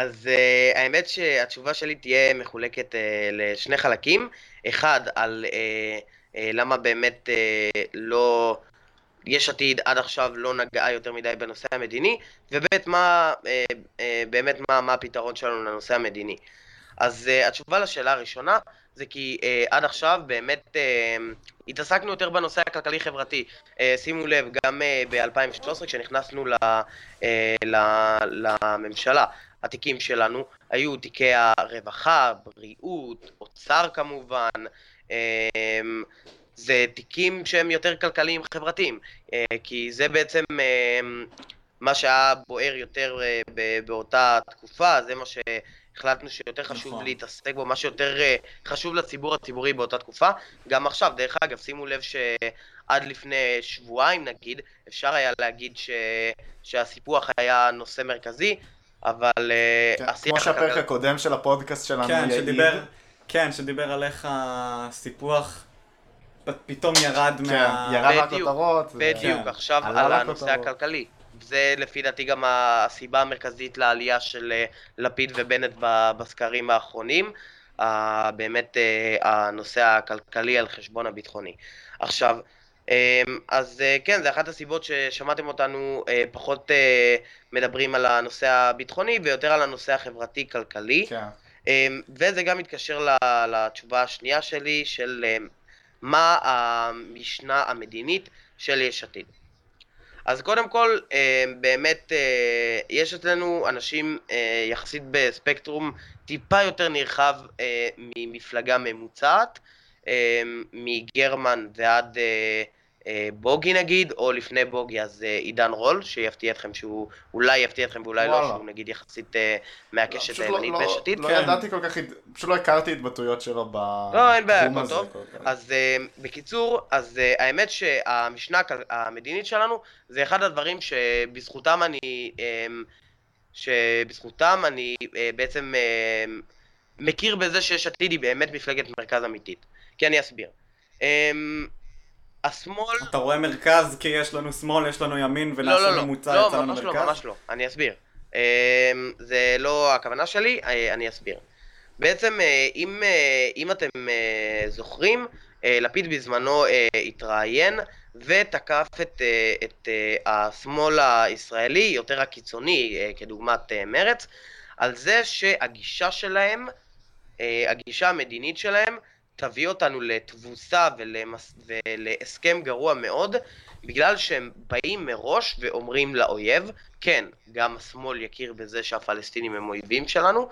אז uh, האמת שהתשובה שלי תהיה מחולקת uh, לשני חלקים. אחד, על uh, uh, למה באמת uh, לא... יש עתיד עד עכשיו לא נגעה יותר מדי בנושא המדיני, ובית מה, אה, אה, באמת מה, מה הפתרון שלנו לנושא המדיני. אז אה, התשובה לשאלה הראשונה זה כי אה, עד עכשיו באמת אה, התעסקנו יותר בנושא הכלכלי-חברתי. אה, שימו לב, גם אה, ב-אלפיים ושלוש עשרה כשנכנסנו ל, אה, ל, לממשלה, התיקים שלנו היו תיקי הרווחה, בריאות, אוצר כמובן, אה, זה תיקים שהם יותר כלכליים חברתיים, כי זה בעצם מה שהיה בוער יותר באותה תקופה, זה מה שהחלטנו שיותר חשוב נכון. להתעסק בו, מה שיותר חשוב לציבור הציבורי באותה תקופה. גם עכשיו, דרך אגב, שימו לב שעד לפני שבועיים נגיד, אפשר היה להגיד ש... שהסיפוח היה נושא מרכזי, אבל כן, השיח כמו שהפרק הכלכלי... הקודם של הפודקאסט שלנו כן, יעיד. שדיבר, כן, שדיבר על איך הסיפוח פ- פתאום ירד כן, מה... ירד בדיוק, מהכותרות. ו- בדיוק, כן. עכשיו עלה על הנושא לכותרות. הכלכלי. זה לפי דעתי גם הסיבה המרכזית לעלייה של אה, לפיד ובנט ב- בסקרים האחרונים, אה, באמת אה, הנושא הכלכלי על חשבון הביטחוני. עכשיו, אה, אז אה, כן, זה אחת הסיבות ששמעתם אותנו אה, פחות אה, מדברים על הנושא הביטחוני ויותר על הנושא החברתי-כלכלי. כן. אה, וזה גם מתקשר ל- לתשובה השנייה שלי של... אה, מה המשנה המדינית של יש עתיד. אז קודם כל, באמת יש אצלנו אנשים יחסית בספקטרום טיפה יותר נרחב ממפלגה ממוצעת, מגרמן ועד בוגי נגיד, או לפני בוגי אז עידן רול, שיפתיע אתכם שהוא, אולי יפתיע אתכם ואולי לא, וואלה. שהוא נגיד יחסית מהקשת פשוט לא- הימנית לא- ביש עתיד. לא כן. ידעתי כל כך, פשוט לא הכרתי התבטאויות שלו לא, אין בעיה, בתחום הכל הזה. טוב. כל כך. אז uh, בקיצור, אז uh, האמת שהמשנה הכל- המדינית שלנו זה אחד הדברים שבזכותם אני, um, שבזכותם אני uh, בעצם uh, מכיר בזה שיש עתיד היא באמת מפלגת מרכז אמיתית. כי אני אסביר. Um, השמאל... אתה רואה מרכז כי יש לנו שמאל, יש לנו ימין, לא, ונעשה לא, לא, ממוצע לא, יצא לנו ממש לא, מרכז? ממש לא, אני אסביר. Um, זה לא הכוונה שלי, אה, אני אסביר. בעצם אם, אם אתם זוכרים, לפיד בזמנו התראיין ותקף את, את השמאל הישראלי, יותר הקיצוני, כדוגמת מרץ, על זה שהגישה שלהם, הגישה המדינית שלהם, תביא אותנו לתבוסה ולמס... ולהסכם גרוע מאוד, בגלל שהם באים מראש ואומרים לאויב, כן, גם השמאל יכיר בזה שהפלסטינים הם אויבים שלנו,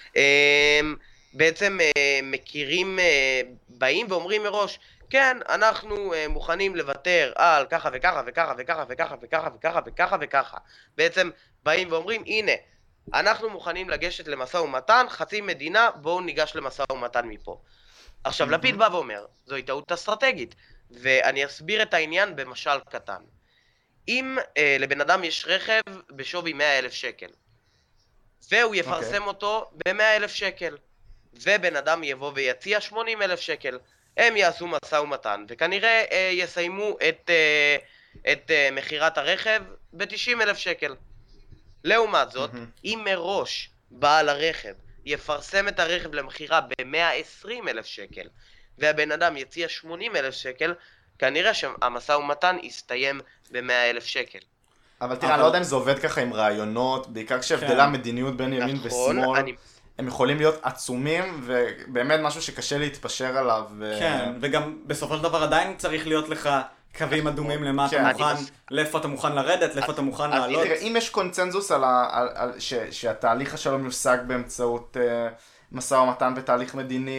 בעצם מכירים, באים ואומרים מראש, כן, אנחנו מוכנים לוותר על ככה וככה וככה וככה וככה וככה וככה וככה וככה. בעצם באים ואומרים, הנה, אנחנו מוכנים לגשת למשא ומתן, חצי מדינה, בואו ניגש למשא ומתן מפה. עכשיו, לפיד בא ואומר, זוהי טעות אסטרטגית, ואני אסביר את העניין במשל קטן. אם אה, לבן אדם יש רכב בשווי מאה אלף שקל, והוא יפרסם okay. אותו ב-מאה אלף שקל, ובן אדם יבוא ויציע שמונים אלף שקל, הם יעשו משא ומתן, וכנראה אה, יסיימו את, אה, את אה, מחירת הרכב ב-תשעים אלף שקל. לעומת זאת, mm-hmm. אם מראש בעל הרכב יפרסם את הרכב למחירה ב-מאה ועשרים אלף שקל, והבן אדם יציע שמונים אלף שקל, כנראה שהמשא ומתן יסתיים ב-מאה אלף שקל. אבל תראה, אני לא יודע אם זה עובד ככה עם רעיונות, בעיקר כשהבדלה המדיניות בין ימין ושמאל, הם יכולים להיות עצומים, ובאמת משהו שקשה להתפשר עליו. כן, וגם בסופו של דבר עדיין צריך להיות לך קווים אדומים למה אתה מוכן, לאיפה אתה מוכן לרדת, לאיפה אתה מוכן לעלות. תראה, אם יש קונצנזוס שהתהליך השלום יושג באמצעות משא ומתן ותהליך מדיני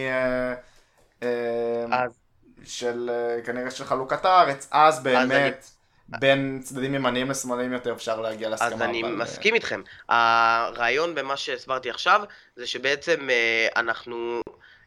של כנראה של חלוקת הארץ, אז באמת בין צדדים ימניים לשמאליים יותר אפשר להגיע להסכמה. אז אני מסכים איתכם. הרעיון במה שהסברתי עכשיו זה שבעצם אנחנו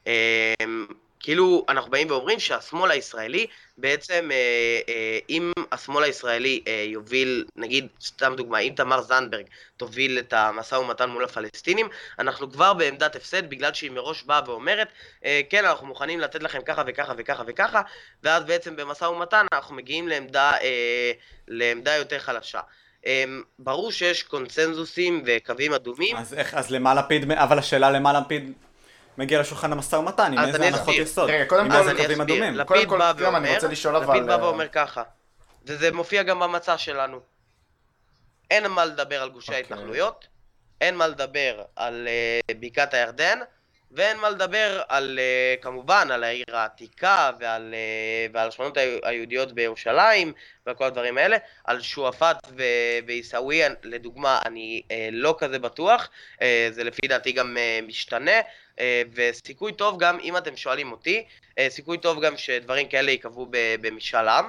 כאילו אנחנו באים ואומרים שהשמאל הישראלי בעצם אם השמאל הישראלי יוביל, נגיד סתם דוגמה, אם תמר זנדברג תוביל את המשא ומתן מול הפלסטינים, אנחנו כבר בעמדת הפסד בגלל שהיא מראש באה ואומרת כן, אנחנו מוכנים לתת לכם ככה וככה וככה וככה, ואז בעצם במשא ומתן אנחנו מגיעים לעמדה לעמדה יותר חלשה. ברור שיש קונצנזוסים וקווים אדומים. אז איך, אז למה לפיד, אבל השאלה למה לפיד מגיע לשולחן המשא ומתן, עם איזה הנחות יסוד, רגע, קודם עם כל איזה אני קווים אסביר. אדומים. לפיד קודם בא כל, גם אני ואומר, רוצה לשאול אבל... לפיד בא ואומר ככה, וזה מופיע גם במצע שלנו. אין מה לדבר על גושי אוקיי. ההתנחלויות, אין מה לדבר על uh, בקעת הירדן, ואין מה לדבר על, uh, כמובן, על העיר העתיקה ועל, uh, ועל השכונות היהודיות בירושלים וכל הדברים האלה. על שועפאט ועיסאוויה, לדוגמה, אני uh, לא כזה בטוח, uh, זה לפי דעתי גם uh, משתנה, uh, וסיכוי טוב גם, אם אתם שואלים אותי, uh, סיכוי טוב גם שדברים כאלה יקבעו במשאל עם.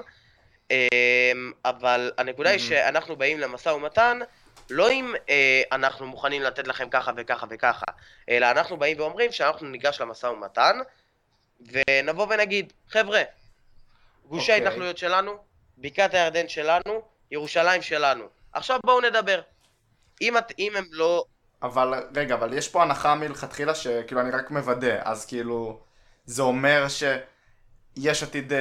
אבל הנקודה היא שאנחנו באים למשא ומתן לא אם אה, אנחנו מוכנים לתת לכם ככה וככה וככה, אלא אנחנו באים ואומרים שאנחנו ניגש למשא ומתן ונבוא ונגיד, חבר'ה, גושי ההתנחלויות שלנו, בקעת הירדן שלנו, ירושלים שלנו, עכשיו בואו נדבר. אם, את, אם הם לא... אבל רגע, אבל יש פה הנחה מלכתחילה שכאילו אני רק מוודא, אז כאילו זה אומר ש... יש עתיד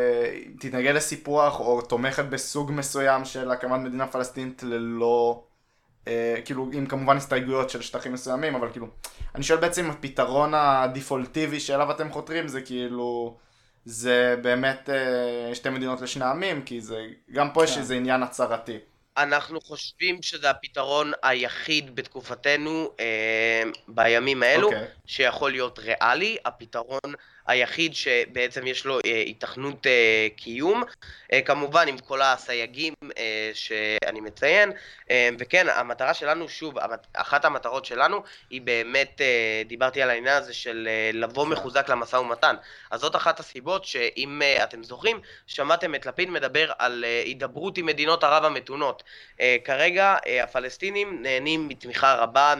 תתנגד לסיפוח או תומכת בסוג מסוים של הקמת מדינה פלסטינית ללא, אה, כאילו עם כמובן הסתייגויות של שטחים מסוימים, אבל כאילו אני שואל בעצם הפתרון הדיפולטיבי שאליו אתם חותרים זה כאילו זה באמת אה, שתי מדינות לשני עמים, כי זה גם פה יש איזה עניין הצהרתי. אנחנו חושבים שזה הפתרון היחיד בתקופתנו אה, בימים האלו, okay. שיכול להיות ריאלי, הפתרון היחיד שבעצם יש לו אה, התכנות אה, קיום, אה, כמובן עם כל הסייגים אה, שאני מציין, אה, וכן, המטרה שלנו, שוב, אחת המטרות שלנו היא באמת, אה, דיברתי על העניין הזה של אה, לבוא okay. מחוזק למשא ומתן, אז זאת אחת הסיבות שאם אה, אתם זוכרים, שמעתם את לפיד מדבר על אה, הידברות עם מדינות ערב המתונות. Uh, כרגע uh, הפלסטינים נהנים מתמיכה רבה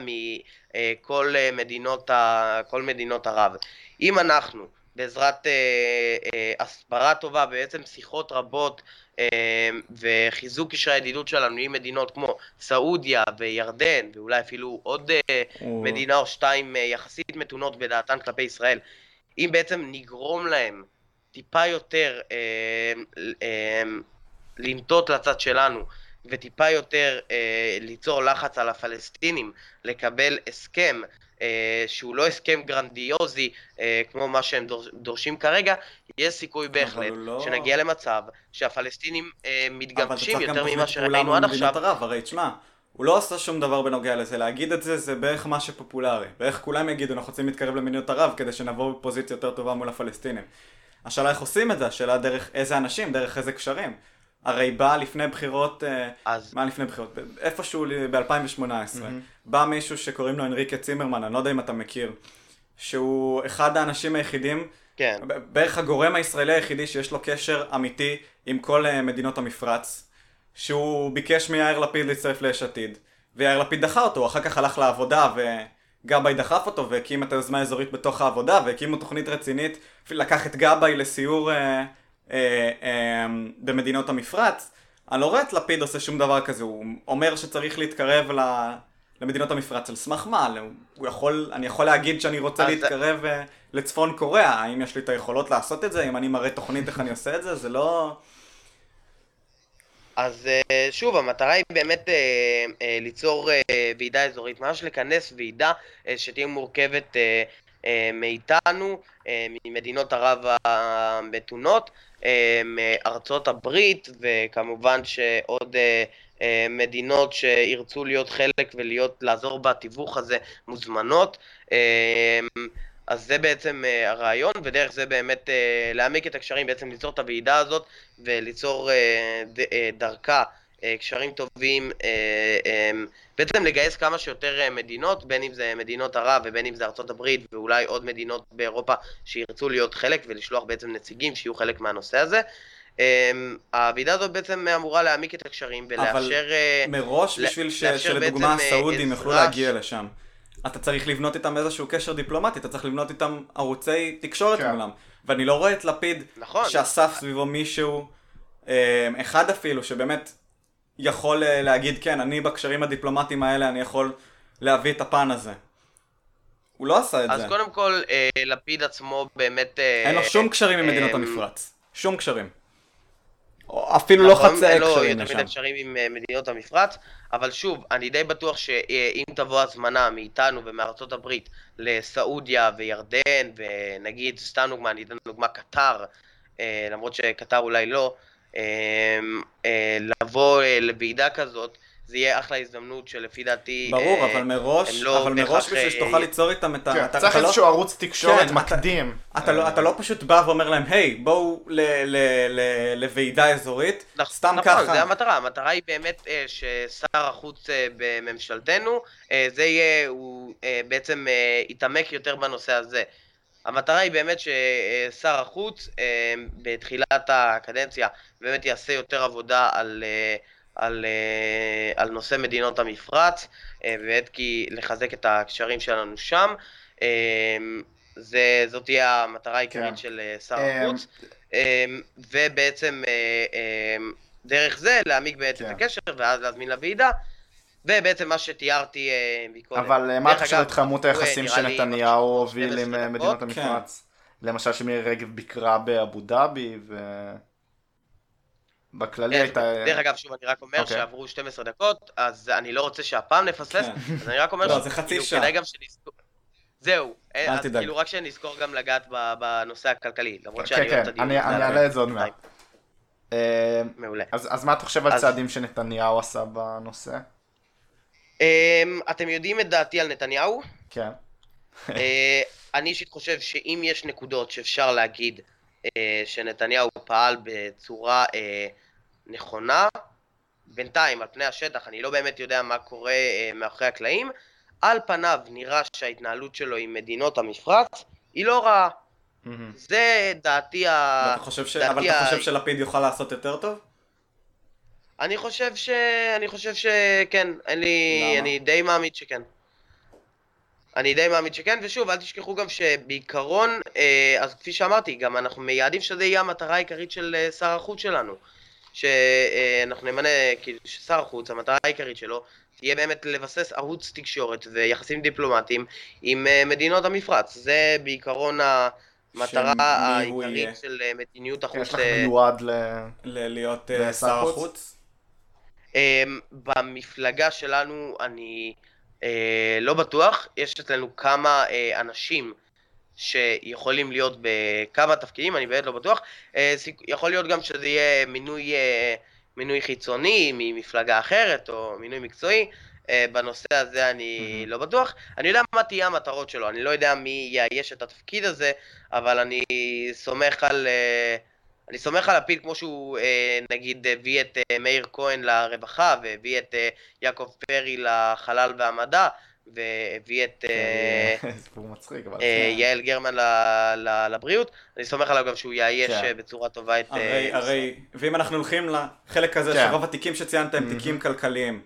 מכל uh, מדינות, ה... כל מדינות ערב. אם אנחנו בעזרת uh, uh, הסברה טובה, בעצם שיחות רבות uh, וחיזוק קשרי הידידות שלנו עם מדינות כמו סעודיה וירדן ואולי אפילו עוד uh, מדינה או שתיים uh, יחסית מתונות בדעתן כלפי ישראל, אם בעצם נגרום להם טיפה יותר uh, uh, לנטות לצד שלנו וטיפה יותר אה, ליצור לחץ על הפלסטינים לקבל הסכם אה, שהוא לא הסכם גרנדיוזי אה, כמו מה שהם דור, דורשים כרגע, יש סיכוי בהחלט לא... שנגיע למצב שהפלסטינים אה, מתגבשים יותר ממה שראינו עד עכשיו. ערב, הרי תשמע, הוא לא עושה שום דבר בנוגע לזה, להגיד את זה זה בערך מה שפופולרי, ואיך כולם יגידו אנחנו רוצים להתקרב למדינות ערב כדי שנבוא בפוזיציה יותר טובה מול הפלסטינים. השאלה איך עושים את זה, השאלה דרך איזה אנשים, דרך איזה קשרים. הרי בא לפני בחירות, אז... מה לפני בחירות? איפשהו ב-אלפיים שמונה עשרה, mm-hmm. בא מישהו שקוראים לו אנריקה צימרמן, אני לא יודע אם אתה מכיר, שהוא אחד האנשים היחידים, כן. בערך הגורם הישראלי היחידי שיש לו קשר אמיתי עם כל מדינות המפרץ, שהוא ביקש מיאיר לפיד להצטרף ליש עתיד, ויאיר לפיד דחה אותו, אחר כך הלך לעבודה וגבאי דחף אותו והקים את היוזמה האזורית בתוך העבודה, והקימו תוכנית רצינית, לקח את גבאי לסיור... אה, אה, במדינות המפרץ. אני לא רואה את לפיד עושה שום דבר כזה, הוא אומר שצריך להתקרב למדינות המפרץ, על סמך מה? הוא יכול, אני יכול להגיד שאני רוצה להתקרב לצפון קוריאה, האם יש לי את היכולות לעשות את זה? אם אני מראה תוכנית איך אני עושה את זה? זה לא... אז שוב, המטרה היא באמת ליצור ועידה אזורית, ממש לכנס ועידה שתהיה מורכבת מאיתנו, ממדינות ערב המתונות, מארצות הברית, וכמובן שעוד מדינות שירצו להיות חלק ולהיות, לעזור בתיווך הזה מוזמנות. אז זה בעצם הרעיון, ודרך זה באמת להעמיק את הקשרים, בעצם ליצור את הוועידה הזאת וליצור דרכה קשרים טובים, בעצם לגייס כמה שיותר מדינות, בין אם זה מדינות ערב ובין אם זה ארצות הברית ואולי עוד מדינות באירופה שירצו להיות חלק ולשלוח בעצם נציגים שיהיו חלק מהנושא הזה. הוועידה הזאת בעצם אמורה להעמיק את הקשרים ולאפשר... אבל מראש בשביל שלדוגמה הסעודים יוכלו להגיע לשם. אתה צריך לבנות איתם איזשהו קשר דיפלומטי, אתה צריך לבנות איתם ערוצי תקשורת מולם. ואני לא רואה את לפיד שאסף סביבו מישהו, אחד אפילו, שבאמת יכול להגיד, כן, אני בקשרים הדיפלומטיים האלה, אני יכול להביא את הפן הזה. הוא לא עשה את זה. אז קודם כל, לפיד עצמו באמת... אין לו שום קשרים עם מדינות המפרץ. שום קשרים. אפילו לא נכון, חצי אין לו הקשרים יותר לשם. מדי קשרים עם אה, מדינות המפרץ, אבל שוב, אני די בטוח שאם תבוא הזמנה מאיתנו ומארצות הברית לסעודיה וירדן, ונגיד, סתם דוגמה, אני אתן דוגמה קטר, אה, למרות שקטר אולי לא, אה, אה, לבוא אה, לוועידה כזאת, זה יהיה אחלה הזדמנות שלפי דעתי ברור, אה, אבל מראש, הם לא אבל מראש בהכרח... בשביל אה, שתוכל ליצור איתם את ה... כן, אתה- צריך אתה לא- איזשהו ערוץ תקשורת כן, מקדים. אתה לא, אתה לא פשוט בא ואומר להם, היי, בואו ל- ל- ל- לוועידה אזורית, נכ- סתם נכון, ככה. זה המטרה, המטרה היא באמת אה, ששר החוץ אה, בממשלתנו, אה, זה יהיה, הוא אה, בעצם אה, יתעמק יותר בנושא הזה. המטרה היא באמת ששר החוץ אה, בתחילת הקדנציה באמת יעשה יותר עבודה על, אה, על, אה, על נושא מדינות המפרץ, אה, באמת כי לחזק את הקשרים שלנו שם. אה, זה, זאת תהיה המטרה העיקרית כן. של אה, שר אה, החוץ. אמ, ובעצם אה, אמ, דרך זה להעמיק בעצם את כן. הקשר ואז להזמין לוועידה, ובעצם מה שתיארתי אה, מקודם. אבל אה, מה דרך אתה חושב אגב, על התחממות הוא, היחסים נראה לי שנתניהו משהו הוביל עם שתים עשרה אה, דקות. מדינות המפרץ? למשל שמירי רגב ביקרה באבו דאבי, ובכללי אה, הייתה... דרך אגב, שוב, אני רק אומר אוקיי. שעברו שתים עשרה דקות, אז אני לא רוצה שהפעם נפספס, כן. אז אני רק אומר לא, זה חצי שכאילו, שעה. כדאי גם שנזכור... זהו, אה, אל אז תדאג. כאילו רק שנזכור גם לגעת ב- בנושא הכלכלי, למרות כן, שאני אוהב את כן, הדיון אני הזה אני על אעלה את זה עוד בינתיים. מעט. אה, מעולה. אז אז מה אתה חושב על אז- צעדים שנתניהו עשה בנושא? אמ, אתם יודעים את דעתי על נתניהו? כן. אה, אני אישית חושב שאם יש נקודות שאפשר להגיד אה, שנתניהו פעל בצורה אה, נכונה, בינתיים על פני השטח, אני לא באמת יודע מה קורה אה, מאחורי הקלעים, על פניו נראה שההתנהלות שלו עם מדינות המפרץ היא לא רעה. מהמם. זה דעתי ה... ואתה חושב ש... דעתי אבל אתה ה- חושב שלפיד יוכל לעשות יותר טוב? אני חושב ש... אני חושב שכן, אין לי... למה? אני די מאמין שכן. אני די מאמין שכן, ושוב, אל תשכחו גם שבעיקרון, אה, אז כפי שאמרתי, גם אנחנו מייעדים שזה יהיה המטרה העיקרית של אה, שר החוץ שלנו. שאנחנו נמנה, כאילו, ששר החוץ, המטרה העיקרית שלו, תהיה באמת לבסס ערוץ תקשורת ויחסים דיפלומטיים עם אה, מדינות המפרץ. זה בעיקרון המטרה שמי הוא יהיה? העיקרית של אה, מדיניות החוץ. יש לך אה, מיועד ל... ל- להיות אה, לשר שר חוץ? החוץ? אמ, במפלגה שלנו אני אה, לא בטוח, יש אצלנו כמה אה, אנשים שיכולים להיות בכמה תפקידים, אני באמת לא בטוח. אה, סיכ- יכול להיות גם שזה יהיה מינוי, אה, מינוי חיצוני ממפלגה אחרת או מינוי מקצועי. אה, בנושא הזה אני Mhm. לא בטוח. אני יודע מה תהיה המטרות שלו, אני לא יודע מי יאייש את התפקיד הזה, אבל אני סומך על... אה, אני סומך על לפיד כמו שהוא אה, נגיד הביא את אה, מאיר כהן לרווחה והביא את אה, יעקב פרי לחלל והמדע והביא את אה, כן, סיפור מצחיק, אבל... אה, כן. יעל גרמן ל- ל- לבריאות. אני סומך עליו גם שהוא יאייש כן. אה, בצורה טובה את... אה, הרי, משרד. הרי, ואם אנחנו הולכים לחלק הזה כן. שרוב התיקים שציינת הם Mhm. תיקים כלכליים,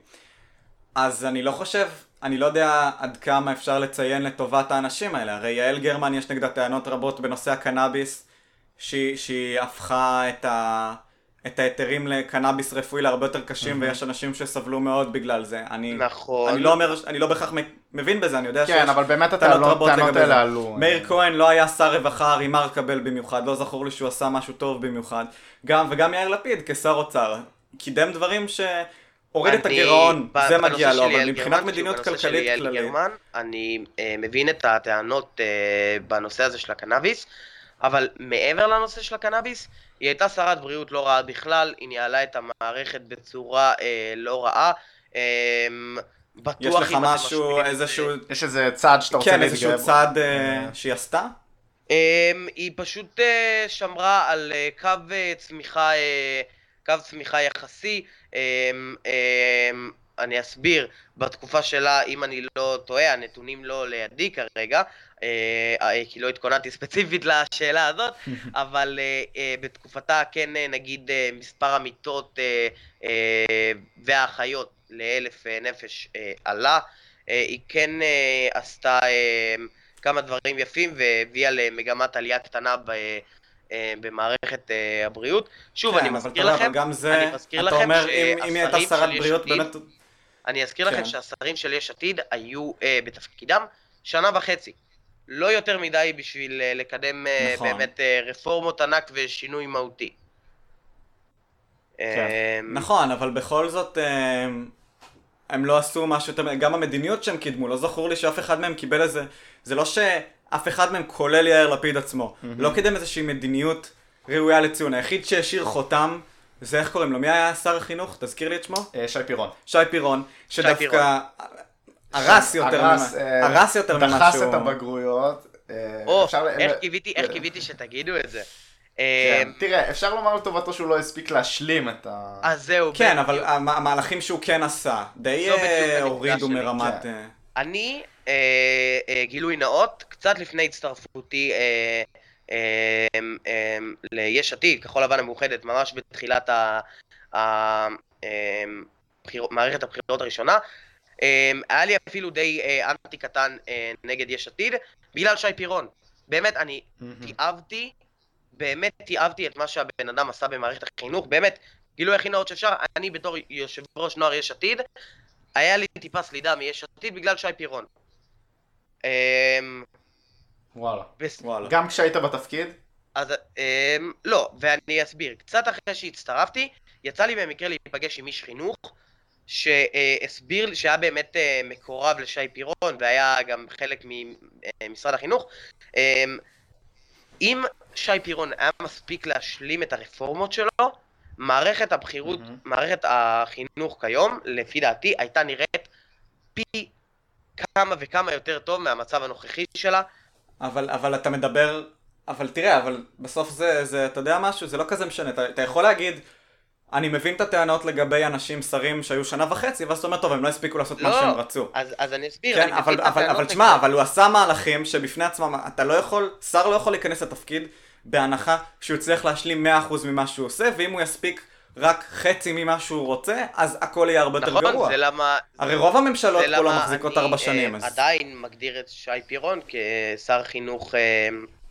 אז אני לא חושב, אני לא יודע עד כמה אפשר לציין לטובת האנשים האלה. הרי יעל גרמן יש נגדה טענות רבות בנושא הקנאביס, שהיא, שהיא הפכה את, ה, את ההיתרים לקנאביס רפואי להרבה יותר קשים, Mhm. ויש אנשים שסבלו מאוד בגלל זה. אני, נכון. אני לא אומר, אני לא בהכרח מבין בזה, אני יודע כן, אבל באמת טענות הטענות רבות הטענות לגבי האלה זה. עלו. מאיר כהן לא היה שר רווחה רימרקבל במיוחד, לא זכור לי שהוא עשה משהו טוב במיוחד. גם, וגם יאיר לפיד כשר אוצר, קידם דברים שהוריד את אני- הגירעון, ב- זה בנושא מגיע של לו, אבל יעל מבחינת גרמן, מדיניות שוב, בנושא של כלכלית יעל כללית. גרמן, אני אה, מבין את הטענות אה, בנושא הזה של הקנאביס, אבל מעבר לנושא של הקנאביס, היא הייתה שרת בריאות לא רעה בכלל, היא ניהלה את המערכת בצורה אה, לא רעה. אה, בטוח יש לך אם אתם משהו, משווים את זה- איזשהו, יש איזה צעד שאתה רוצה כן, להתגאה איזשהו בו? צעד אה, אה, שהיא עשתה? אמ, היא פשוט אה, שמרה על אה, קו אה, צמיחה, אה, קו צמיחה יחסי. אמ, אמ, אני אסביר, בתקופה שלה, אם אני לא טועה, הנתונים לא לידי כרגע, אה, אה, כי לא התכוננתי ספציפית לשאלה הזאת, אבל אה, אה, בתקופתה כן אה, נגיד אה, מספר המיטות אה, אה, והאחיות לאלף אה, נפש אה, עלה. אה, היא כן אה, עשתה אה, כמה דברים יפים והביאה למגמת עלייה קטנה ב, אה, במערכת אה, הבריאות. שוב, כן, אני אבל מזכיר אתה יודע, לכם, אבל גם זה, אני מזכיר אתה לכם אומר, אם אם היא הייתה שהשרים שרת של יש בריאות, עתיד- באמת, אני אזכיר לכם כן. שהשרים של יש עתיד היו אה, בתפקידם שנה וחצי. לא יותר מדי בשביל אה, לקדם אה, נכון. באמת אה, רפורמות ענק ושינוי מהותי. נכון, אבל בכל זאת הם לא עשו משהו, גם המדיניות שהם קידמו, לא זכור לי שאף אחד מהם קיבל איזה, זה לא שאף אחד מהם כולל יאיר לפיד עצמו, לא קידם איזושהי מדיניות ראויה לציון, היחיד שהשאיר חותם, זה איך קוראים לו, מי היה שר החינוך? תזכיר לי את שמו? שי פירון. שי פירון, שדווקא הרס יותר הרס יותר ממשהו. דחס את הבגרויות. או, איך קיוויתי שתגידו את זה. תראה, אפשר לומר לטובתו שהוא לא הספיק להשלים את ה... אז זהו. כן, אבל המהלכים שהוא כן עשה, די הורידו מרמת... אני, גילוי נאות, קצת לפני הצטרפותי ליש עתיד, כחול לבן המאוחדת, ממש בתחילת מערכת הבחירות הראשונה, היה לי אפילו די אנטי קטן נגד יש עתיד, בגלל שי פירון. באמת, אני תיאבתי, באמת תיאבתי את מה שהבן אדם עשה במערכת החינוך, באמת, גילוי הכי נאות שאפשר, אני בתור יושב ראש נוער יש עתיד, היה לי טיפה סלידה מיש עתיד בגלל שי פירון. וואלה. גם כשהיית בתפקיד? אז לא, ואני אסביר. קצת אחרי שהצטרפתי, יצא לי במקרה להיפגש עם איש חינוך, שהסביר לי שהיה באמת מקורב לשי פירון, והיה גם חלק ממשרד החינוך. אם שי פירון היה מספיק להשלים את הרפורמות שלו, מערכת הבחירות, מערכת החינוך כיום, לפי דעתי, הייתה נראית פי כמה וכמה יותר טוב מהמצב הנוכחי שלה. אבל, אבל אתה מדבר, אבל תראה, אבל בסוף זה, זה, אתה יודע משהו, זה לא כזה משנה, אתה, אתה יכול להגיד, אני מבין את הטענות לגבי אנשים שרים שהיו שנה וחצי, ואז אתה אומר, טוב, הם לא הספיקו לעשות לא, מה שהם רצו. אז, אז אני אסביר, כן, אני אבל, מבין אבל, אבל תשמע, אבל הוא עשה מהלכים שבפני עצמם, אתה לא יכול, שר לא יכול להיכנס לתפקיד בהנחה שהוא יצליח להשלים מאה אחוז ממה שהוא עושה, ואם הוא יספיק רק חצי ממה שהוא רוצה, אז הכל יהיה הרבה יותר נכון, גרוע. זה למה... הרי רוב הממשלות זה פה לא למה מחזיקות אני, ארבע שנים. אה, אז... עדיין מגדיר את שי פירון כשר חינוך אה,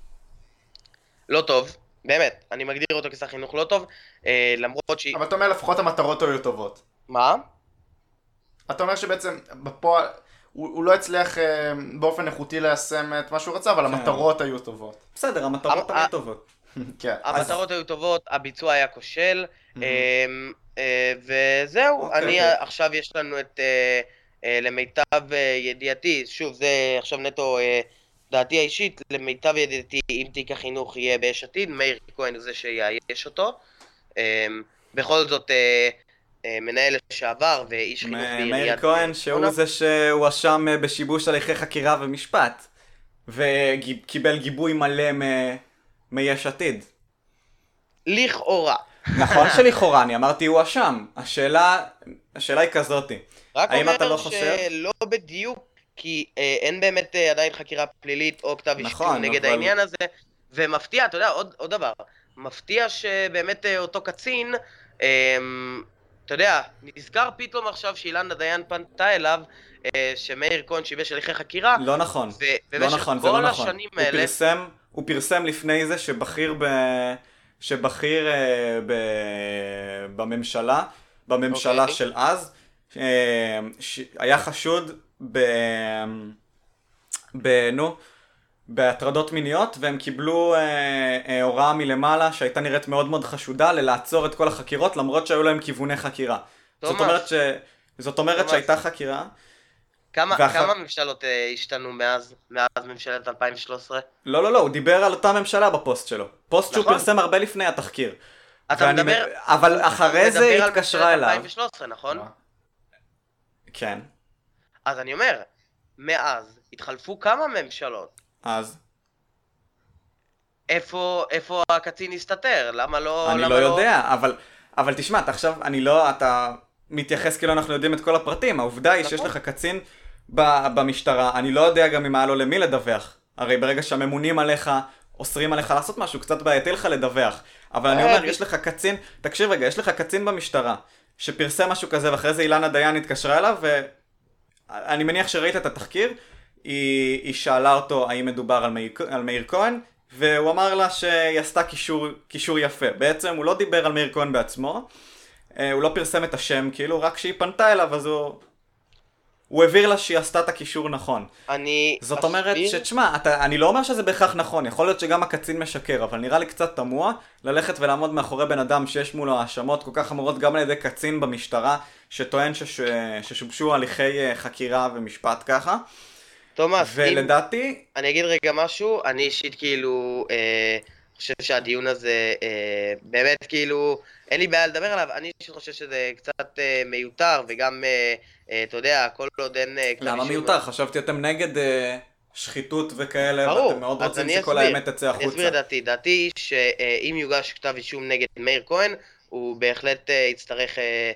לא טוב, באמת, אני מגדיר אותו כשר חינוך לא טוב, אה, למרות ש... אבל אתה אומר לפחות המטרות היו טובות. מה? אתה אומר שבעצם בפועל, הוא, הוא לא הצליח אה, באופן איכותי ליישם את מה שהוא רצה, אבל כן. המטרות היו טובות. בסדר, המטרות המ- היו טובות. כן. המטרות היו טובות, הביצוע היה כושל, אה, אה, וזהו, אוקיי, אני אוקיי. עכשיו יש לנו את, אה, אה, למיטב אה, ידיעתי, שוב זה עכשיו נטו אה, דעתי האישית, למיטב ידיעתי אם תיק החינוך יהיה ביש עתיד, מאיר כהן הוא זה שיאייש אותו, אה, בכל זאת אה, אה, מנהל לשעבר ואיש חינוך בעיריית... מאיר כהן שהוא זה שהואשם בשיבוש הליכי חקירה ומשפט, וקיבל גיבוי מלא מ- מיש עתיד. לכאורה. נכון שלכאורה, אני אמרתי הוא אשם. השאלה, השאלה היא כזאתי. רק האם אתה לא אומר חושב? שלא בדיוק, כי אה, אין באמת אה, עדיין חקירה פלילית או כתב אישום נכון, נגד אבל- העניין הזה, ומפתיע, אתה יודע, עוד, עוד דבר, מפתיע שבאמת אה, אותו קצין, אה, אתה יודע, נזכר פתאום עכשיו שאילנה דיין פנתה אליו, אה, שמאיר כהן שיבש הליכי חקירה, לא נכון. ו- לא במשך נכון, זה כל לא נכון. השנים הוא האלה, פרסם, הוא פרסם לפני זה שבכיר ב... שבכיר אה, ב... בממשלה, בממשלה אוקיי. של אז, אה, ש... היה חשוד ב... ב... נו, בהטרדות מיניות, והם קיבלו אה, אה, הוראה מלמעלה שהייתה נראית מאוד מאוד חשודה ללעצור את כל החקירות, למרות שהיו להם כיווני חקירה. זאת תומאס. אומרת, ש... זאת אומרת תומאס. שהייתה חקירה. כמה, ואחר- כמה ממשלות אה, השתנו מאז, מאז ממשלת אלפיים ושלוש עשרה? לא, לא, לא, הוא דיבר על אותה ממשלה בפוסט שלו. פוסט שהוא נכון. פרסם הרבה לפני התחקיר. אתה ואני מדבר, מ- אבל אחרי זה היא התקשרה אליו. אלפיים ושלוש עשרה, נכון? מה? כן, אז אני אומר, מאז התחלפו כמה ממשלות. אז. איפה, איפה הקצין הסתתר? למה לא... אני למה לא יודע, אבל, אבל תשמע, אתה עכשיו, אני לא, אתה מתייחס כאילו אנחנו יודעים את כל הפרטים. העובדה היא שיש נכון. לך קצין ב- במשטרה, אני לא יודע גם אם היה לו למי לדווח. הרי ברגע שהממונים עליך, אוסרים עליך לעשות משהו, קצת בעייתי לך לדווח. אבל אני אה, אומר, ב- יש לך קצין, תקשיב רגע, יש לך קצין במשטרה, שפרסם משהו כזה, ואחרי זה אילנה דיין התקשרה אליו, ואני מניח שראית את התחקיר, היא, היא שאלה אותו האם מדובר על מאיר, על מאיר כהן, והוא אמר לה שהיא עשתה קישור, קישור יפה. בעצם הוא לא דיבר על מאיר כהן בעצמו, אה, הוא לא פרסם את השם, כאילו רק כשהיא פנתה אליו, אז הוא, הוא העביר לה שהיא עשתה את הקישור נכון. אני זאת אסביר... אומרת שתשמע, אתה, אני לא אומר שזה בהכרח נכון, יכול להיות שגם הקצין משקר, אבל נראה לי קצת תמוה ללכת ולעמוד מאחורי בן אדם שיש מולו האשמות כל כך חמורות גם על ידי קצין במשטרה, שטוען שש, ששובשו הליכי חקירה ומשפט ככה. תומאס, ולדעתי... אם... אני אגיד רגע משהו, אני אישית כאילו... אה... חושב שהדיון הזה אה, באמת כאילו, אין לי בעיה לדבר עליו, אני חושב שזה קצת אה, מיותר, וגם, אה, אה, אתה יודע, הכל עוד אין... אה, למה מיותר? חשבתי אתם נגד אה, שחיתות וכאלה, ברור, ואתם מאוד רוצים שכל אסביר, האמת תצא החוצה. אני אסביר דעתי, דעתי שאם יוגש כתב אישום נגד מאיר כהן, הוא בהחלט אה, יצטרך... אה,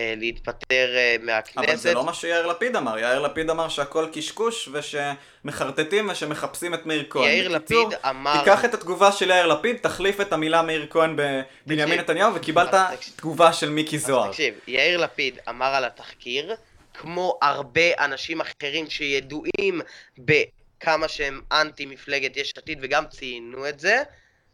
להתפטר מהכנסת. אבל זה לא מה שיאיר לפיד אמר. יאיר לפיד אמר שהכל קשקוש ושמחרטטים ושמחפשים את מאיר כהן. יאיר לפיד אמר... תיקח את התגובה של יאיר לפיד, תחליף את המילה מאיר כהן בבנימין נתניהו וקיבלת תגובה של מיקי זוהר. תקשיב, יאיר לפיד אמר על התחקיר, כמו הרבה אנשים אחרים שידועים בכמה שהם אנטי מפלגת יש עתיד וגם ציינו את זה,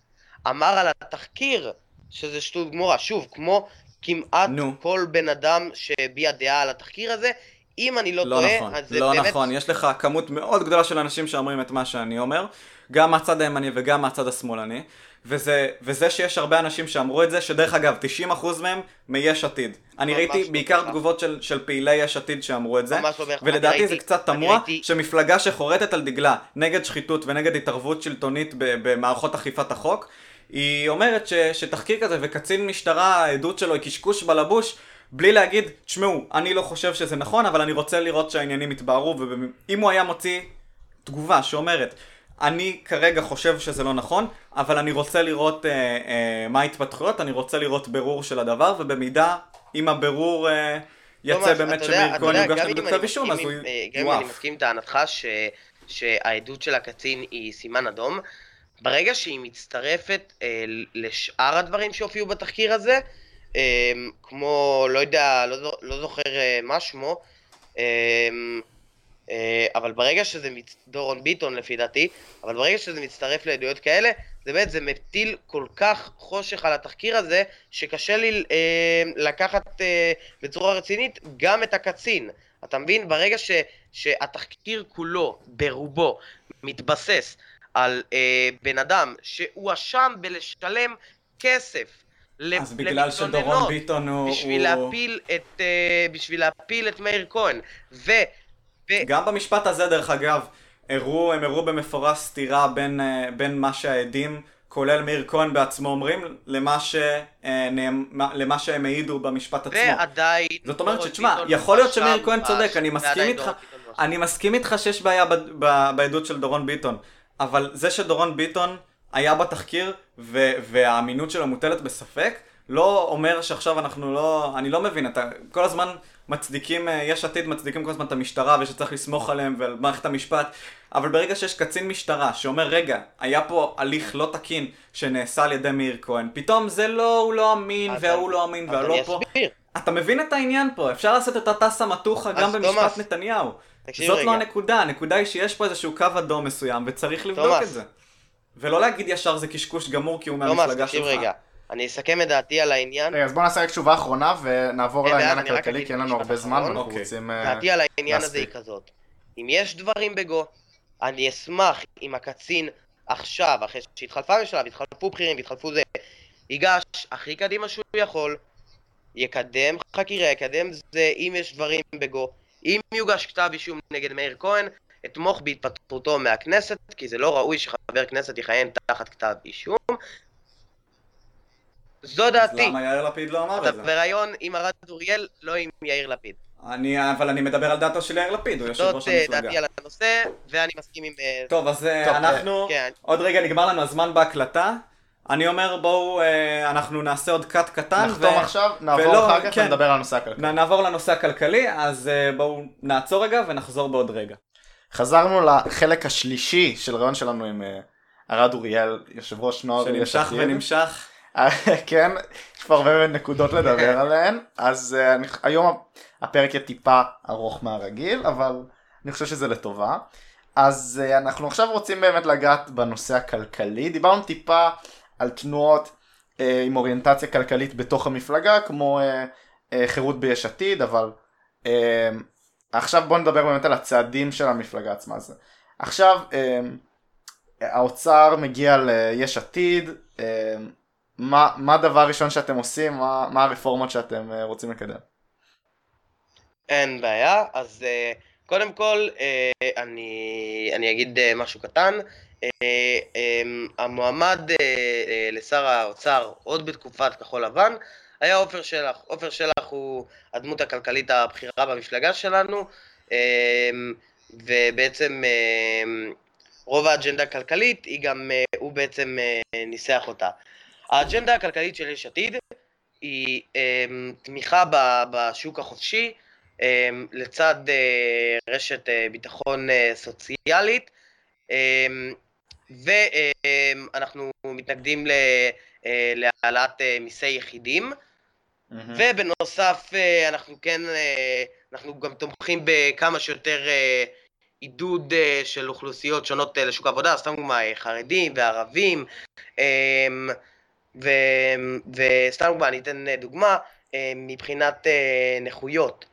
אמר על התחקיר שזה שטות גמורה. שוב, כמו... כמעט נו. כל בן אדם שהביע דעה על התחקיר הזה, אם אני לא, לא טועה, נכון, אז זה לא באמת... נכון, יש לך כמות מאוד גדולה של אנשים שאומרים את מה שאני אומר, גם מהצד הימני וגם מהצד השמאלני, וזה, וזה שיש הרבה אנשים שאמרו את זה, שדרך אגב, תשעים אחוז מהם מיש עתיד. אני ראיתי בעיקר לא תגובות של, של פעילי יש עתיד שאמרו את זה, לא ולדעתי ראיתי, זה קצת תמוה, ראיתי... שמפלגה שחורטת על דגלה נגד שחיתות ונגד התערבות שלטונית במערכות אכיפת החוק, היא אומרת ש, שתחקיר כזה וקצין משטרה, העדות שלו היא קשקוש בלבוש, בלי להגיד, תשמעו, אני לא חושב שזה נכון, אבל אני רוצה לראות שהעניינים יתבהרו, ואם הוא היה מוציא תגובה שאומרת, אני כרגע חושב שזה לא נכון, אבל אני רוצה לראות אה, אה, מה ההתפתחויות, אני רוצה לראות ברור של הדבר, ובמידה, אם הברור אה, יצא באמת שמאיר כהן יוגש נגדו כתב אישום, אז הוא יואף. גם אם אני מסכים את ההנחה שהעדות של הקצין היא סימן אדום, ברגע שהיא מצטרפת אה, לשאר הדברים שהופיעו בתחקיר הזה, אה, כמו, לא יודע, לא, לא זוכר אה, מה שמו, אה, אה, אבל ברגע שזה, מצ... דורון ביטון לפי דעתי, אבל ברגע שזה מצטרף לעדויות כאלה, זה באמת, זה מטיל כל כך חושך על התחקיר הזה, שקשה לי אה, לקחת אה, בצורה רצינית גם את הקצין. אתה מבין? ברגע ש... שהתחקיר כולו, ברובו, מתבסס, על אה, בן אדם שהוא אשם בלשלם כסף אז בגלל שדורון ביטון הוא... בשביל הוא... להפיל את, אה, בשביל להפיל את מאיר כהן. ו... ו... גם במשפט הזה דרך אגב, הראו, הם הראו במפורש סתירה בין, בין מה שהעדים, כולל מאיר כהן בעצמו אומרים, למה, ש, למה שהם העידו במשפט עצמו. ועדיין... זאת אומרת שתשמע, יכול להיות שמאיר כהן צודק, אני מסכים איתך, אני מסכים איתך שיש בעיה ב, ב, בעדות של דורון ביטון. אבל זה שדורון ביטון היה בתחקיר ו- והאמינות שלו מוטלת בספק, לא אומר שעכשיו אנחנו לא... אני לא מבין, אתה כל הזמן מצדיקים, יש עתיד מצדיקים כל הזמן את המשטרה ושצריך לסמוך עליהם ועל מערכת המשפט, אבל ברגע שיש קצין משטרה שאומר, רגע, היה פה הליך לא תקין שנעשה על ידי מאיר כהן, פתאום זה לא, הוא לא אמין והוא לא אמין והוא לא פה. אתה מבין את העניין פה, אפשר לעשות את אותה סמטוחה גם במשפט נתניהו. זאת לא הנקודה, הנקודה היא שיש פה איזשהו קו אדום מסוים וצריך לבדוק את זה. ולא להגיד ישר זה קשקוש גמור כי הוא מהמפלגה שלך. רגע, אני אסכם את דעתי על העניין. אז בוא נעשה רק תשובה אחרונה ונעבור לעניין הכלכלי כי אין לנו הרבה זמן ואנחנו רוצים... דעתי על העניין הזה היא כזאת. אם יש דברים בגו, אני אשמח אם הקצין עכשיו, אחרי שהתחלפה הממשלה והתחלפו בכירים והתחלפו זה, ייגש הכי קדימה שהוא יכול, יקדם חקירה, יקדם זה אם יש דברים בגו. אם יוגש כתב אישום נגד מאיר כהן, אתמוך בהתפטרותו מהכנסת, כי זה לא ראוי שחבר כנסת יכהן תחת כתב אישום. זו דעתי. למה יאיר לפיד לא אמר את זה? בראיון עם ארד אוריאל, לא עם יאיר לפיד. אני, אבל אני מדבר על דעתו של יאיר לפיד, הוא יושב ראש המפלגה. זאת דעתי על הנושא, ואני מסכים עם... טוב, אז אנחנו... עוד רגע נגמר לנו הזמן בהקלטה. אני אומר בואו, אנחנו נעשה עוד קאט קטן. נחתום עכשיו, נעבור אחר כך ונדבר על הנושא הכלכלי. נעבור לנושא הכלכלי, אז בואו נעצור רגע ונחזור בעוד רגע. חזרנו לחלק השלישי של רעיון שלנו עם ארד אוריאל, יושב ראש נוער. שנמשך ונמשך. כן, יש פה הרבה נקודות לדבר עליהן. אז היום הפרק יהיה טיפה ארוך מהרגיל, אבל אני חושב שזה לטובה. אז אנחנו עכשיו רוצים באמת לגעת בנושא הכלכלי. דיברנו טיפה על תנועות אה, עם אוריינטציה כלכלית בתוך המפלגה, כמו אה, אה, חירות ביש עתיד, אבל אה, עכשיו בוא נדבר באמת על הצעדים של המפלגה עצמה. אז עכשיו האוצר מגיע ליש עתיד, מה, מה הדבר הראשון שאתם עושים, מה, מה הרפורמות שאתם רוצים לקדם? אין בעיה, אז uh, קודם כל uh, אני, אני אגיד uh, משהו קטן. uh, um, המועמד uh, uh, לשר האוצר עוד בתקופת כחול לבן היה עופר שלח. עופר שלח הוא הדמות הכלכלית הבכירה במפלגה שלנו, um, ובעצם um, רוב האג'נדה הכלכלית היא גם, uh, הוא בעצם uh, ניסח אותה. האג'נדה הכלכלית של יש עתיד היא um, תמיכה ב, בשוק החופשי, לצד רשת ביטחון סוציאלית, ואנחנו מתנגדים להעלאת מיסי יחידים, ובנוסף אנחנו כן, אנחנו גם תומכים בכמה שיותר עידוד של אוכלוסיות שונות לשוק העבודה, סתם דוגמה חרדים וערבים, וסתם דוגמה, אני אתן דוגמה מבחינת נכויות.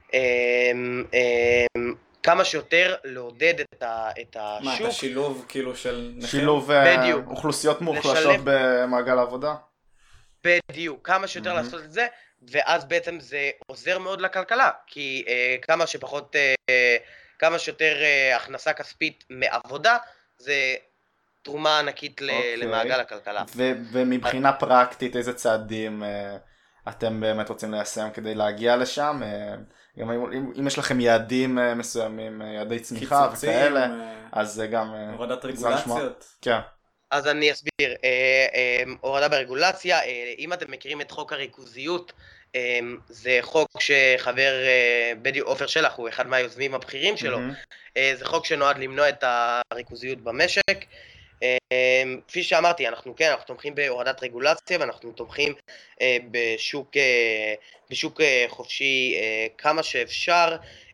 כמה שיותר לעודד את השוק. מה, את השילוב כאילו של נכים? שילוב אוכלוסיות מוחלשות במעגל העבודה? בדיוק, כמה שיותר לעשות את זה, ואז בעצם זה עוזר מאוד לכלכלה, כי כמה שפחות, כמה שיותר הכנסה כספית מעבודה, זה תרומה ענקית למעגל הכלכלה. ומבחינה פרקטית, איזה צעדים אתם באמת רוצים ליישם כדי להגיע לשם? גם אם, אם יש לכם יעדים מסוימים, יעדי צמיחה וכאלה, אז זה גם... הורדת רגולציות. כן. אז אני אסביר. הורדה ברגולציה, אם אתם מכירים את חוק הריכוזיות, זה חוק שחבר בדי עופר שלח, הוא אחד מהיוזמים הבכירים שלו. זה חוק שנועד למנוע את הריכוזיות במשק. כפי שאמרתי, אנחנו כן, אנחנו תומכים בהורדת רגולציה, ואנחנו תומכים בשוק, בשוק חופשי כמה שאפשר.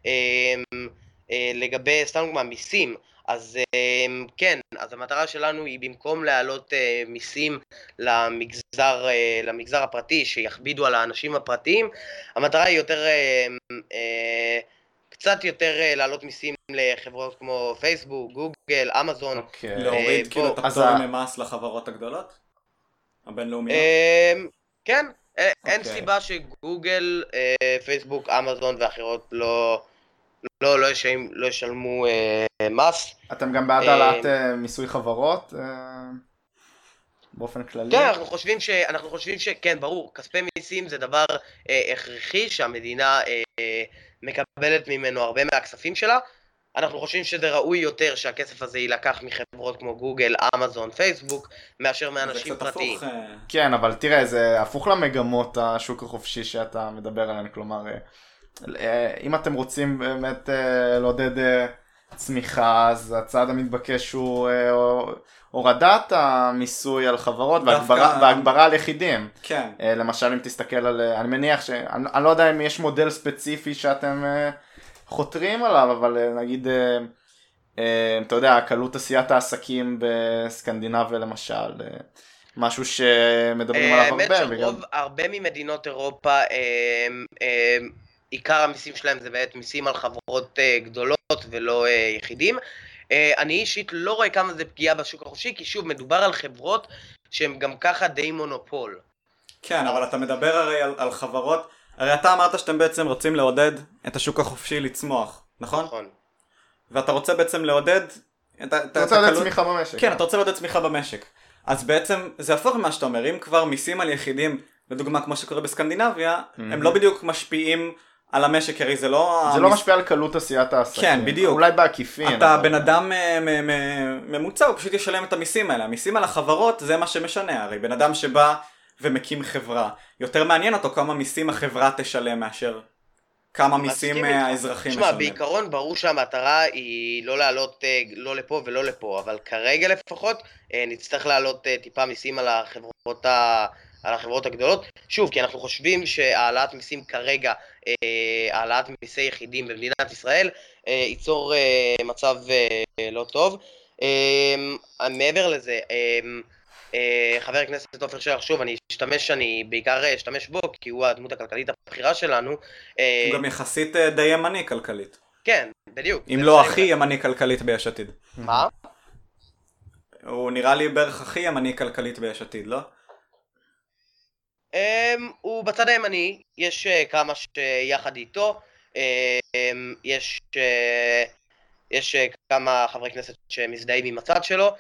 לגבי, סתם דוגמה, מיסים, אז כן, אז המטרה שלנו היא במקום להעלות מיסים למגזר, למגזר הפרטי שיכבידו על האנשים הפרטיים, המטרה היא יותר, קצת יותר להעלות מיסים לחברות כמו פייסבוק, גוגל, אמזון. אוקיי. להוריד כאילו את הפטורים ממס לחברות הגדולות? הבינלאומיות? כן, אין סיבה שגוגל, פייסבוק, אמזון ואחרות לא... לא, לא ישלמו, לא ישלמו אה, מס. אתם גם בעד העלאת אה, מיסוי חברות אה, באופן כללי? כן, אנחנו חושבים ש, אנחנו חושבים שכן, ברור, כספי מיסים זה דבר אה, הכרחי שהמדינה אה, מקבלת ממנו הרבה מהכספים שלה. אנחנו חושבים שזה ראוי יותר שהכסף הזה יילקח מחברות כמו גוגל, אמזון, פייסבוק, מאשר מאנשים פרטיים. הפוך, אה... כן, אבל תראה, זה הפוך למגמות השוק החופשי שאתה מדבר עליהן, כלומר... אם אתם רוצים באמת לעודד צמיחה, אז הצעד המתבקש הוא הורדת המיסוי על חברות והגברה על יחידים. כן. למשל אם תסתכל על, אני מניח ש... אני לא יודע אם יש מודל ספציפי שאתם חותרים עליו, אבל נגיד, אתה יודע, קלות עשיית העסקים בסקנדינביה למשל, משהו שמדברים עליו הרבה. האמת שרוב, הרבה ממדינות אירופה, עיקר המיסים שלהם זה באמת מיסים על חברות גדולות ולא יחידים. אני אישית לא רואה כמה זה פגיעה בשוק החופשי, כי שוב מדובר על חברות שהן גם ככה די מונופול. כן, אבל אתה מדבר הרי על, על חברות, הרי אתה אמרת שאתם בעצם רוצים לעודד את השוק החופשי לצמוח, נכון? נכון. ואתה רוצה בעצם לעודד... אתה רוצה לעודד צמיחה במשק. כן, אתה רוצה לעודד צמיחה במשק. אז בעצם זה הפוך ממה שאתה אומר, אם כבר מיסים על יחידים, לדוגמה כמו שקורה בסקנדינביה, הם לא בדיוק משפיעים על המשק, הרי זה לא... זה לא משפיע על קלות עשיית העסקים. כן, בדיוק. אולי בעקיפין. אתה בן אדם ממוצע, הוא פשוט ישלם את המיסים האלה. המיסים על החברות זה מה שמשנה, הרי בן אדם שבא ומקים חברה, יותר מעניין אותו כמה מיסים החברה תשלם מאשר כמה מיסים האזרחים משלמים. תשמע, בעיקרון ברור שהמטרה היא לא לעלות לא לפה ולא לפה, אבל כרגע לפחות נצטרך לעלות טיפה מיסים על החברות ה... על החברות הגדולות, שוב, כי אנחנו חושבים שהעלאת מיסים כרגע, העלאת מיסי יחידים במדינת ישראל, ייצור מצב לא טוב. מעבר לזה, חבר הכנסת עופר שלח, שוב, אני אשתמש, אני בעיקר אשתמש בו, כי הוא הדמות הכלכלית הבכירה שלנו. הוא גם יחסית די ימני כלכלית. כן, בדיוק. אם לא הכי ימני כלכלית ביש עתיד. מה? הוא נראה לי בערך הכי ימני כלכלית ביש עתיד, לא? הוא בצד הימני, יש כמה שיחד איתו, יש, יש כמה חברי כנסת שמזדהים עם הצד שלו.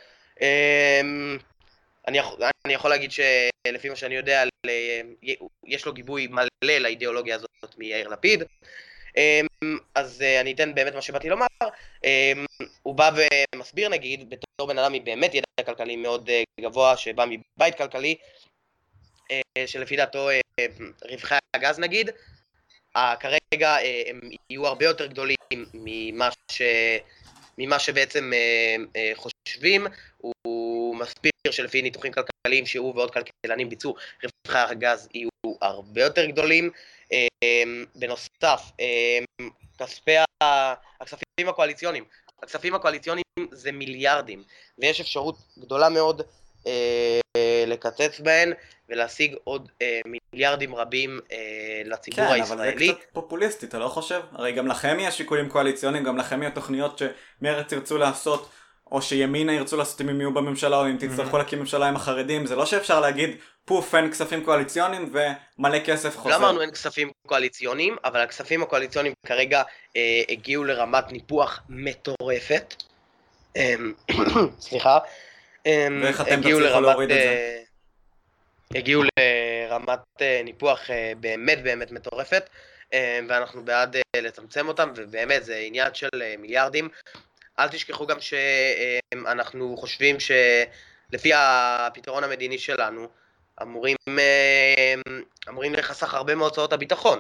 אני יכול, אני יכול להגיד שלפי מה שאני יודע, יש לו גיבוי מלא לאידיאולוגיה הזאת מיאיר לפיד. אז אני אתן באמת מה שבאתי לומר. הוא בא ומסביר, נגיד, בתור בן אדם באמת ידע כלכלי מאוד גבוה, שבא מבית כלכלי, שלפי דעתו רווחי הגז נגיד, כרגע הם יהיו הרבה יותר גדולים ממה, ש... ממה שבעצם חושבים. הוא מסביר שלפי ניתוחים כלכליים שהוא ועוד כלכלנים ביצעו, רווחי הגז יהיו הרבה יותר גדולים. בנוסף, כספי הכספים הקואליציוניים, הכספים הקואליציוניים זה מיליארדים, ויש אפשרות גדולה מאוד לקצץ בהן ולהשיג עוד מיליארדים רבים לציבור הישראלי. כן, אבל זה קצת פופוליסטי, אתה לא חושב? הרי גם לכם יש שיקולים קואליציוניים, גם לכם יהיו תוכניות שמרץ ירצו לעשות, או שימינה ירצו לעשות אם הם יהיו בממשלה, או אם תצטרכו להקים ממשלה עם החרדים. זה לא שאפשר להגיד, פוף, אין כספים קואליציוניים ומלא כסף חוזר. לא אמרנו אין כספים קואליציוניים, אבל הכספים הקואליציוניים כרגע אה, הגיעו לרמת ניפוח מטורפת. אה, סליחה. אה, ואיך אתם תצליחו להוריד את זה? הגיעו לרמת אה, ניפוח אה, באמת באמת מטורפת, אה, ואנחנו בעד אה, לצמצם אותם, ובאמת זה עניין של אה, מיליארדים. אל תשכחו גם שאנחנו חושבים שלפי הפתרון המדיני שלנו, אמורים, אמורים לחסך הרבה מהוצאות הביטחון.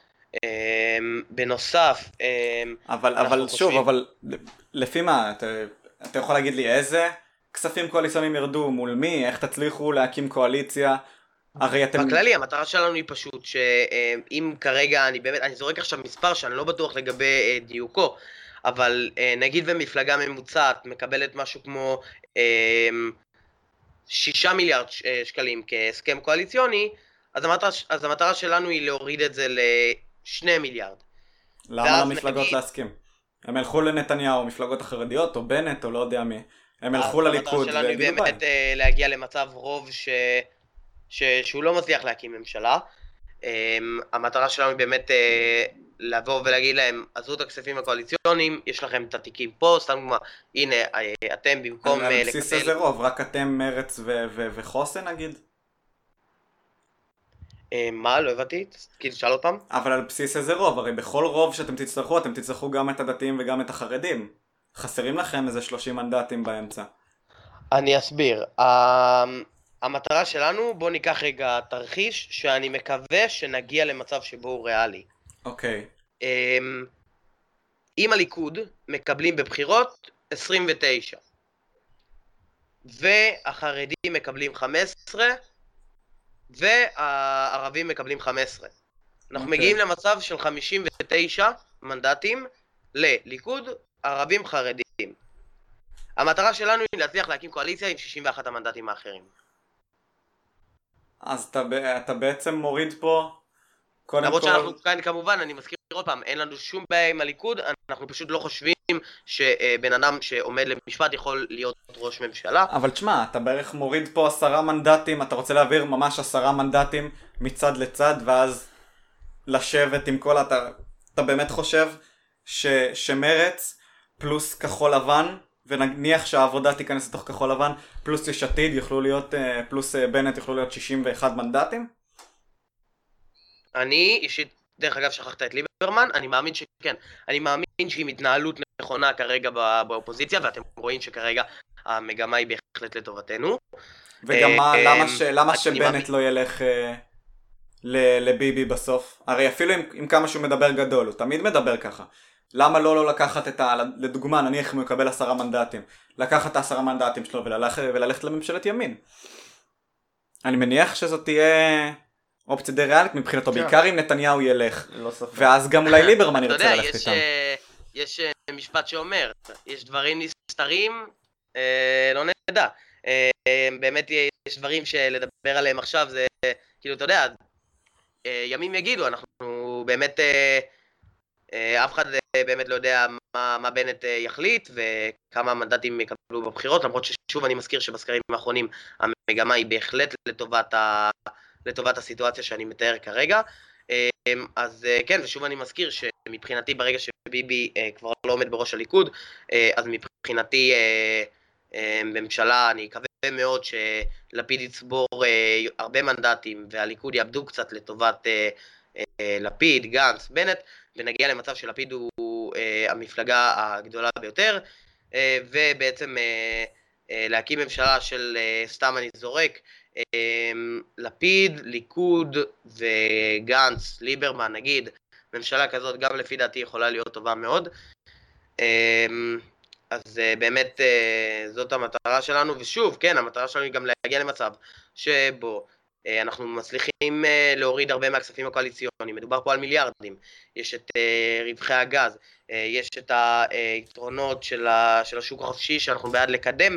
בנוסף, אבל, אבל שוב, חושבים... אבל לפי מה, אתה, אתה יכול להגיד לי איזה כספים קואליציוניים ירדו, מול מי, איך תצליחו להקים קואליציה? הרי אתם... בכללי, המטרה שלנו היא פשוט, שאם כרגע, אני באמת, אני זורק עכשיו מספר שאני לא בטוח לגבי דיוקו, אבל נגיד ומפלגה ממוצעת מקבלת משהו כמו שישה מיליארד שקלים כהסכם קואליציוני, אז המטרה, אז המטרה שלנו היא להוריד את זה לשני מיליארד. למה למפלגות נגיד... להסכים? הם הלכו לנתניהו, מפלגות החרדיות, או בנט, או לא יודע מי. הם הלכו לליכוד והגידו ביי. המטרה שלנו היא באמת להגיע למצב רוב ש... ש... שהוא לא מצליח להקים ממשלה. המטרה שלנו היא באמת לבוא ולהגיד להם, עזבו את הכספים הקואליציוניים, יש לכם את התיקים פה, סתם דוגמה, הנה, אתם במקום לקבל... על בסיס איזה רוב, רק אתם מרץ ו- ו- וחוסן נגיד? מה? לא הבאתי? כאילו, שאל עוד פעם? אבל על בסיס איזה רוב, הרי בכל רוב שאתם תצטרכו, אתם תצטרכו גם את הדתיים וגם את החרדים. חסרים לכם איזה שלושים מנדטים באמצע. אני אסביר. המטרה שלנו, בוא ניקח רגע תרחיש, שאני מקווה שנגיע למצב שבו הוא ריאלי. אוקיי. אם הליכוד מקבלים בבחירות עשרים ותשע, והחרדים מקבלים חמש עשרה, והערבים מקבלים חמש עשרה. אנחנו okay. מגיעים למצב של חמישים ותשע מנדטים לליכוד, ערבים, חרדים. המטרה שלנו היא להצליח להקים קואליציה עם שישים ואחת המנדטים האחרים. אז אתה, אתה בעצם מוריד פה... למרות שאנחנו כאן כמובן, אני מזכיר עוד פעם, אין לנו שום בעיה עם הליכוד, אנחנו פשוט לא חושבים שבן אדם שעומד למשפט יכול להיות ראש ממשלה. אבל תשמע, אתה בערך מוריד פה עשרה מנדטים, אתה רוצה להעביר ממש עשרה מנדטים מצד לצד, ואז לשבת עם כל... אתה, אתה באמת חושב ש, שמרץ פלוס כחול לבן, ונניח שהעבודה תיכנס לתוך כחול לבן, פלוס יש עתיד יוכלו להיות, פלוס בנט יוכלו להיות שישים ואחד מנדטים? אני אישית, דרך אגב שכחת את ליברמן, אני מאמין שכן. אני מאמין שעם התנהלות נכונה כרגע באופוזיציה, ואתם רואים שכרגע המגמה היא בהחלט לטובתנו. וגם מה, למה, ש, למה שבנט לא ילך לביבי בסוף? הרי אפילו עם, עם כמה שהוא מדבר גדול, הוא תמיד מדבר ככה. למה לא לא לקחת את ה... לדוגמה, נניח אם הוא יקבל עשרה מנדטים, לקחת את העשרה מנדטים שלו וללכת, וללכת לממשלת ימין. אני מניח שזאת תהיה... אופציה די ריאלית מבחינתו, בעיקר אם נתניהו ילך, ואז גם אולי ליברמן ירצה ללכת איתם. יש משפט שאומר, יש דברים נסתרים, לא נדע. באמת יש דברים שלדבר עליהם עכשיו, זה כאילו, אתה יודע, ימים יגידו, אנחנו באמת, אף אחד באמת לא יודע מה, מה בנט יחליט וכמה מנדטים יקבלו בבחירות, למרות ששוב אני מזכיר שבסקרים האחרונים המגמה היא בהחלט לטובת, ה, לטובת הסיטואציה שאני מתאר כרגע. אז כן, ושוב אני מזכיר שמבחינתי ברגע שביבי כבר לא עומד בראש הליכוד, אז מבחינתי בממשלה אני אקווה מאוד שלפיד יצבור הרבה מנדטים והליכוד יאבדו קצת לטובת לפיד, גנץ, בנט, ונגיע למצב שלפיד הוא המפלגה הגדולה ביותר, ובעצם להקים ממשלה של, סתם אני זורק, לפיד, ליכוד וגנץ, ליברמן נגיד, ממשלה כזאת גם לפי דעתי יכולה להיות טובה מאוד. אז באמת זאת המטרה שלנו, ושוב, כן, המטרה שלנו היא גם להגיע למצב שבו אנחנו מצליחים להוריד הרבה מהכספים הקואליציוניים, מדובר פה על מיליארדים, יש את רווחי הגז, יש את היתרונות של השוק החופשי שאנחנו בעד לקדם.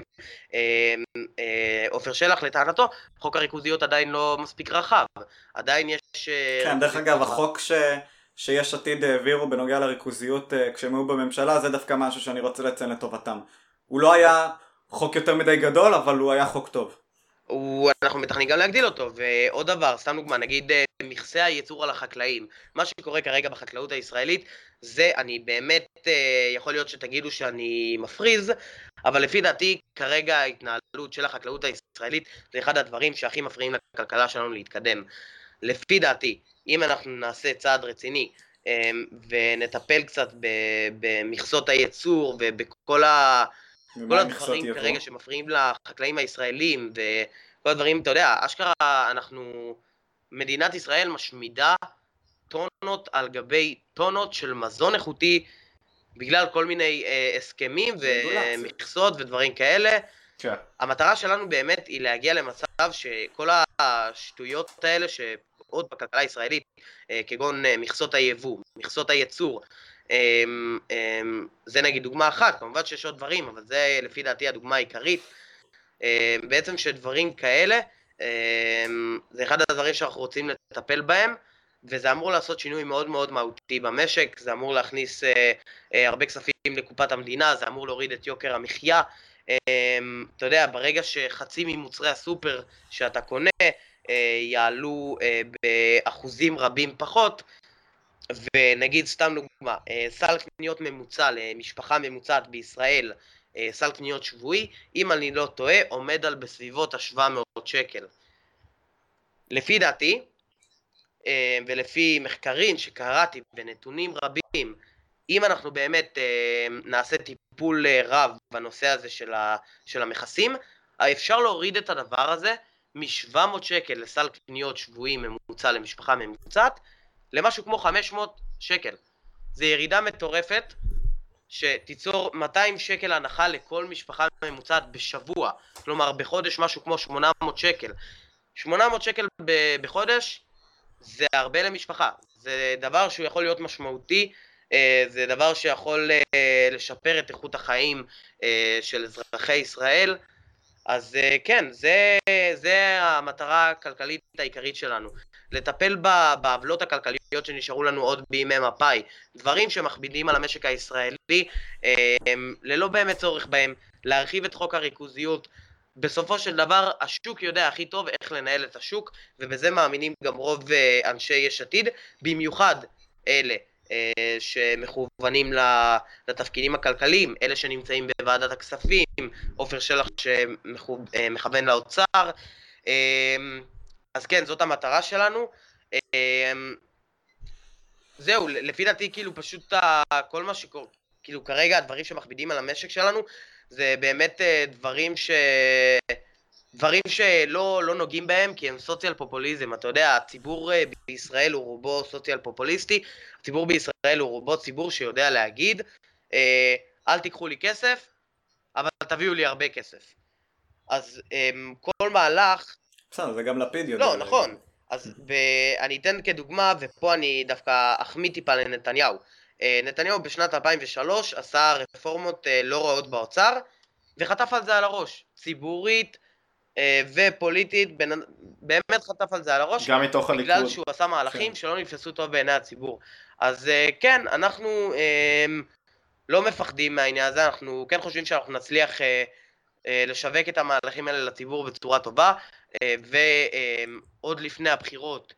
עופר שלח לטענתו, חוק הריכוזיות עדיין לא מספיק רחב, עדיין יש... כן, דרך אגב, החוק ש... שיש עתיד העבירו בנוגע לריכוזיות כשהם היו בממשלה, זה דווקא משהו שאני רוצה לציין לטובתם. הוא לא היה חוק יותר מדי גדול, אבל הוא היה חוק טוב. אנחנו מתכננים גם להגדיל אותו, ועוד דבר, סתם דוגמה, נגיד מכסי הייצור על החקלאים. מה שקורה כרגע בחקלאות הישראלית, זה אני באמת, יכול להיות שתגידו שאני מפריז, אבל לפי דעתי כרגע ההתנהלות של החקלאות הישראלית זה אחד הדברים שהכי מפריעים לכלכלה שלנו להתקדם. לפי דעתי, אם אנחנו נעשה צעד רציני ונטפל קצת במכסות הייצור ובכל ה... כל הדברים כרגע שמפריעים לחקלאים הישראלים וכל הדברים, אתה יודע, אשכרה אנחנו, מדינת ישראל משמידה טונות על גבי טונות של מזון איכותי בגלל כל מיני אה, הסכמים ומכסות ודברים כאלה. כן. המטרה שלנו באמת היא להגיע למצב שכל השטויות האלה שעוד בכלכלה הישראלית, אה, כגון אה, מכסות היבוא, מכסות הייצור, זה נגיד דוגמה אחת, כמובן שיש עוד דברים, אבל זה לפי דעתי הדוגמה העיקרית, בעצם שדברים כאלה, זה אחד הדברים שאנחנו רוצים לטפל בהם, וזה אמור לעשות שינוי מאוד מאוד מהותי במשק, זה אמור להכניס הרבה כספים לקופת המדינה, זה אמור להוריד את יוקר המחיה. אתה יודע, ברגע שחצי ממוצרי הסופר שאתה קונה יעלו באחוזים רבים פחות, ונגיד סתם דוגמה, סל קניות ממוצע למשפחה ממוצעת בישראל, סל קניות שבועי, אם אני לא טועה, עומד על בסביבות ה-שבע מאות שקל. לפי דעתי, ולפי מחקרים שקראתי ונתונים רבים, אם אנחנו באמת נעשה טיפול רב בנושא הזה של המכסים, אפשר להוריד את הדבר הזה מ-שבע מאות שקל לסל קניות שבועי ממוצע למשפחה ממוצעת, למשהו כמו חמש מאות שקל. זה ירידה מטורפת שתיצור מאתיים שקל הנחה לכל משפחה ממוצעת בשבוע. כלומר, בחודש משהו כמו שמונה מאות שקל. שמונה מאות שקל בחודש זה הרבה למשפחה. זה דבר שהוא יכול להיות משמעותי, זה דבר שיכול לשפר את איכות החיים של אזרחי ישראל. אז כן, זה, זה המטרה הכלכלית העיקרית שלנו. לטפל בעוולות הכלכליות שנשארו לנו עוד בימי מפאי, דברים שמכבידים על המשק הישראלי, ללא באמת צורך בהם, להרחיב את חוק הריכוזיות. בסופו של דבר, השוק יודע הכי טוב איך לנהל את השוק, ובזה מאמינים גם רוב אנשי יש עתיד, במיוחד אלה שמכוונים לתפקידים הכלכליים, אלה שנמצאים בוועדת הכספים, עופר שלח שמכוון לאוצר. אז כן, זאת המטרה שלנו. זהו, לפי דעתי כאילו פשוט כל מה שקורה, כאילו כרגע הדברים שמכבידים על המשק שלנו זה באמת דברים ש... דברים שלא לא נוגעים בהם כי הם סוציאל פופוליזם. אתה יודע, הציבור בישראל הוא רובו סוציאל פופוליסטי, הציבור בישראל הוא רובו ציבור שיודע להגיד, אל תיקחו לי כסף, אבל תביאו לי הרבה כסף. אז כל מהלך... בסדר, זה גם לפיד יודע. לא, נכון. אז אני אתן כדוגמה, ופה אני דווקא אחמיא טיפה לנתניהו. נתניהו בשנת אלפיים ושלוש עשה רפורמות לא רעות באוצר, וחטף על זה על הראש. ציבורית, ופוליטית, באמת חטף על זה על הראש, גם מתוך הליכוד. בגלל שהוא עשה מהלכים שלא נתפסו טוב בעיני הציבור. אז כן, אנחנו לא מפחדים מהעניין הזה, אנחנו כן חושבים שאנחנו נצליח לשווק את המהלכים האלה לציבור בצורה טובה, ועוד לפני הבחירות.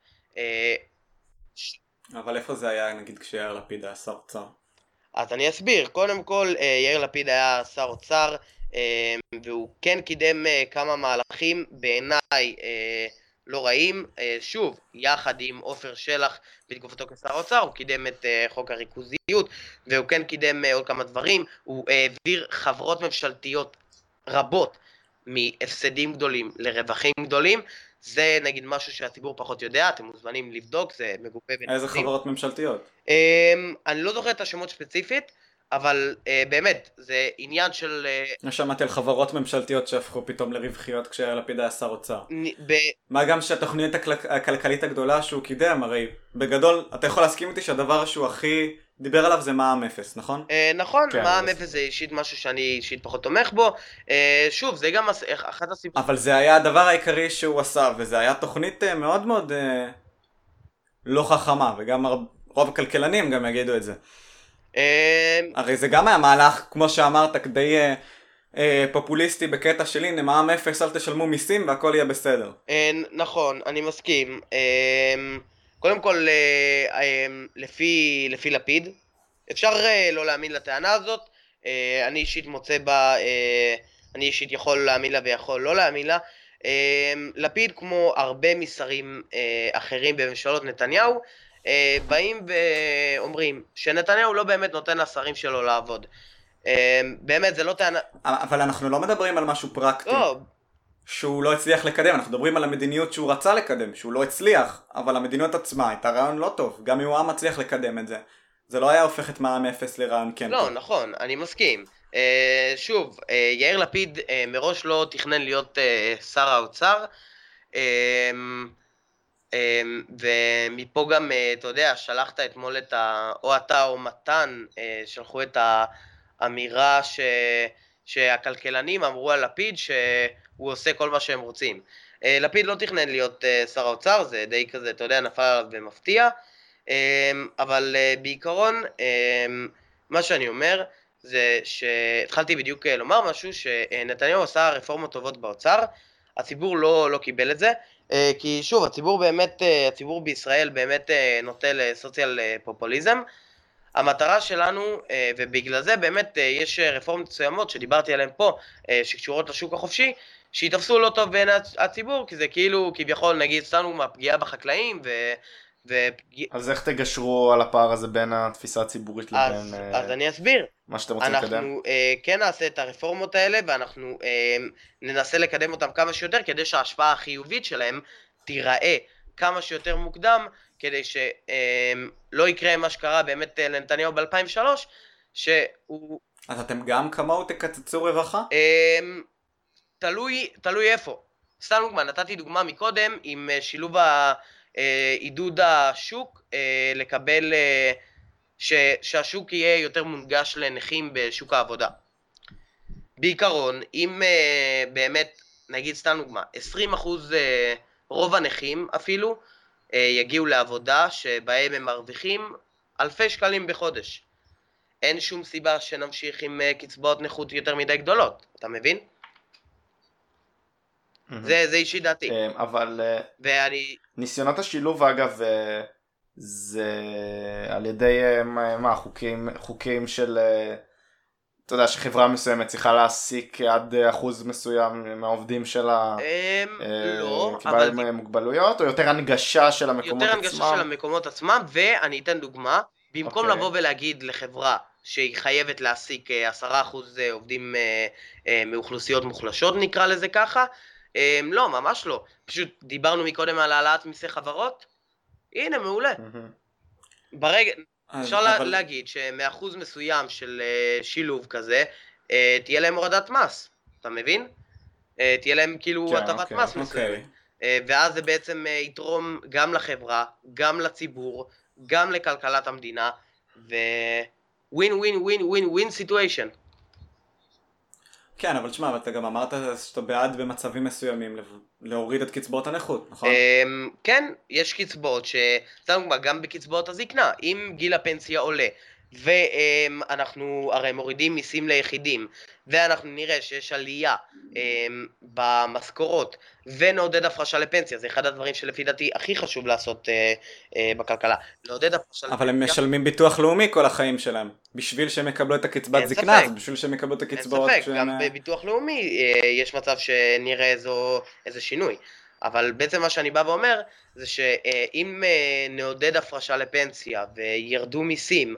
אבל איפה זה היה, נגיד, כשיאיר לפיד היה שר אוצר? אז אני אסביר. קודם כל, יאיר לפיד היה שר אוצר, והוא כן קידם כמה מהלכים בעיניי לא רעים. שוב, יחד עם עופר שלח בתקופתו כשר אוצר, הוא קידם את חוק הריכוזיות, והוא כן קידם עוד כמה דברים. הוא העביר חברות ממשלתיות רבות מהפסדים גדולים לרווחים גדולים. זה נגיד משהו שהציבור פחות יודע, אתם מוזמנים לבדוק, זה מגובה בנתונים. איזה חברות ממשלתיות? אני לא זוכר את השמות ספציפית, אבל באמת, זה עניין של... אני שמעתי על חברות ממשלתיות שהפכו פתאום לרווחיות כשיאיר לפיד היה שר אוצר. מה גם שהתוכנית הכלכלית הגדולה שהוא קידם, הרי בגדול, אתה יכול להסכים איתי שהדבר שהוא הכי דיבר עליו זה מע"מ אפס, נכון? נכון, מע"מ אפס זה אישית משהו שאני אישית פחות תומך בו. שוב, זה גם אחת הסיבות. אבל זה היה הדבר העיקרי שהוא עשה, וזה היה תוכנית מאוד מאוד לא חכמה, וגם רוב הכלכלנים גם יגידו את זה. הרי זה גם היה מהלך, כמו שאמרת, כדי פופוליסטי בקטע שלי, מע"מ אפס, אל תשלמו מיסים והכל יהיה בסדר. נכון, אני מסכים. קודם כל, לפי, לפי לפיד, אפשר לא להאמין לטענה הזאת. אני אישית מוצא בה, אני אישית יכול להאמין לה ויכול לא להאמין לה. לפיד, כמו הרבה משרים אחרים בממשלות נתניהו, באים ואומרים שנתניהו לא באמת נותן לשרים שלו לעבוד. באמת, זה לא טענה... אבל אנחנו לא מדברים על משהו פרקטי. לא. שהוא לא הצליח לקדם, אנחנו מדברים על המדיניות שהוא רצה לקדם, שהוא לא הצליח, אבל המדיניות עצמה הייתה רעיון לא טוב, גם אם הוא היה מצליח לקדם את זה. זה לא היה הופך את מע"מ אפס לרעיון כן לא, טוב. נכון, אני מסכים. שוב, יאיר לפיד מראש לא תכנן להיות שר האוצר, ומפה גם, אתה יודע, שלחת אתמול את ה... או אתה או מתן, שלחו את האמירה ש... שהכלכלנים אמרו על לפיד שהוא עושה כל מה שהם רוצים. לפיד לא תכנן להיות שר האוצר, זה די כזה, אתה יודע, נפל עליו ומפתיע, אבל בעיקרון, מה שאני אומר, זה שהתחלתי בדיוק לומר משהו, שנתניהו עשה רפורמות טובות באוצר, הציבור לא, לא קיבל את זה, כי שוב, הציבור באמת, הציבור בישראל באמת נוטה לסוציאל פופוליזם. המטרה שלנו, ובגלל זה באמת יש רפורמות מסוימות שדיברתי עליהן פה, שקשורות לשוק החופשי, שיתפסו לא טוב בין הציבור, כי זה כאילו כביכול נגיד סתנו מהפגיעה בחקלאים ו... ופגיע... אז איך תגשרו על הפער הזה בין התפיסה הציבורית לבין... אז, uh, אז אני אסביר. מה שאתם רוצים לקדם? אנחנו uh, כן נעשה את הרפורמות האלה, ואנחנו uh, ננסה לקדם אותם כמה שיותר, כדי שההשפעה החיובית שלהם תיראה כמה שיותר מוקדם, כדי שלא יקרה מה שקרה באמת לנתניהו ב-אלפיים ושלוש, שהוא... אז אתם גם כמוהו תקצצו רווחה? Uh, תלוי, תלוי איפה. סתם דוגמה, נתתי דוגמה מקודם עם שילוב ה... עידוד השוק לקבל, ש, שהשוק יהיה יותר מונגש לנכים בשוק העבודה. בעיקרון, אם באמת, נגיד סתם דוגמה, עשרים אחוז רוב הנכים אפילו יגיעו לעבודה שבהם הם מרוויחים אלפי שקלים בחודש. אין שום סיבה שנמשיך עם קצבאות נכות יותר מדי גדולות, אתה מבין? זה, זה אישי דעתי. אבל ואני... ניסיונות השילוב אגב זה על ידי מה, חוקים, חוקים של, אתה יודע, שחברה מסוימת צריכה להעסיק עד אחוז מסוים מהעובדים שלה כבעלי מוגבלויות, או יותר הנגשה של המקומות עצמם? יותר הנגשה של המקומות עצמם, ואני אתן דוגמה, במקום לבוא ולהגיד לחברה שהיא חייבת להעסיק עשרה אחוז עובדים מאוכלוסיות מוחלשות, נקרא לזה ככה, לא, ממש לא. פשוט דיברנו מקודם על העלאת מיסי חברות. הנה, מעולה. ברגע, אפשר להגיד שמאחוז מסוים של שילוב כזה, תהיה להם הורדת מס. אתה מבין? תהיה להם כאילו הטבת מס מסוימת. ואז זה בעצם יתרום גם לחברה, גם לציבור, גם לכלכלת המדינה, ו... win win win win win situation. כן, אבל תשמע, אתה גם אמרת שאתה בעד במצבים מסוימים להוריד את קצבאות הנכות, נכון? אמ, כן, יש קצבאות ש... סתם גם בקצבאות הזקנה, אם גיל הפנסיה עולה, ואנחנו הרי מורידים מיסים ליחידים, ואנחנו נראה שיש עלייה אמ, במשכורות, ונעודד הפרשה לפנסיה, זה אחד הדברים שלפי דעתי הכי חשוב לעשות אה, אה, בכלכלה, לעודד הפרשה לפנסיה. אבל הם משלמים ביטוח לאומי כל החיים שלהם, בשביל שהם יקבלו את הקצבת אין זקנה, ספק. אז בשביל שהם יקבלו את אין הקצבאות ספק, כשהם... גם בביטוח לאומי אה, יש מצב שנראה איזו, איזה שינוי. אבל בעצם מה שאני בא ואומר זה שאם אה, נעודד הפרשה לפנסיה וירדו מיסים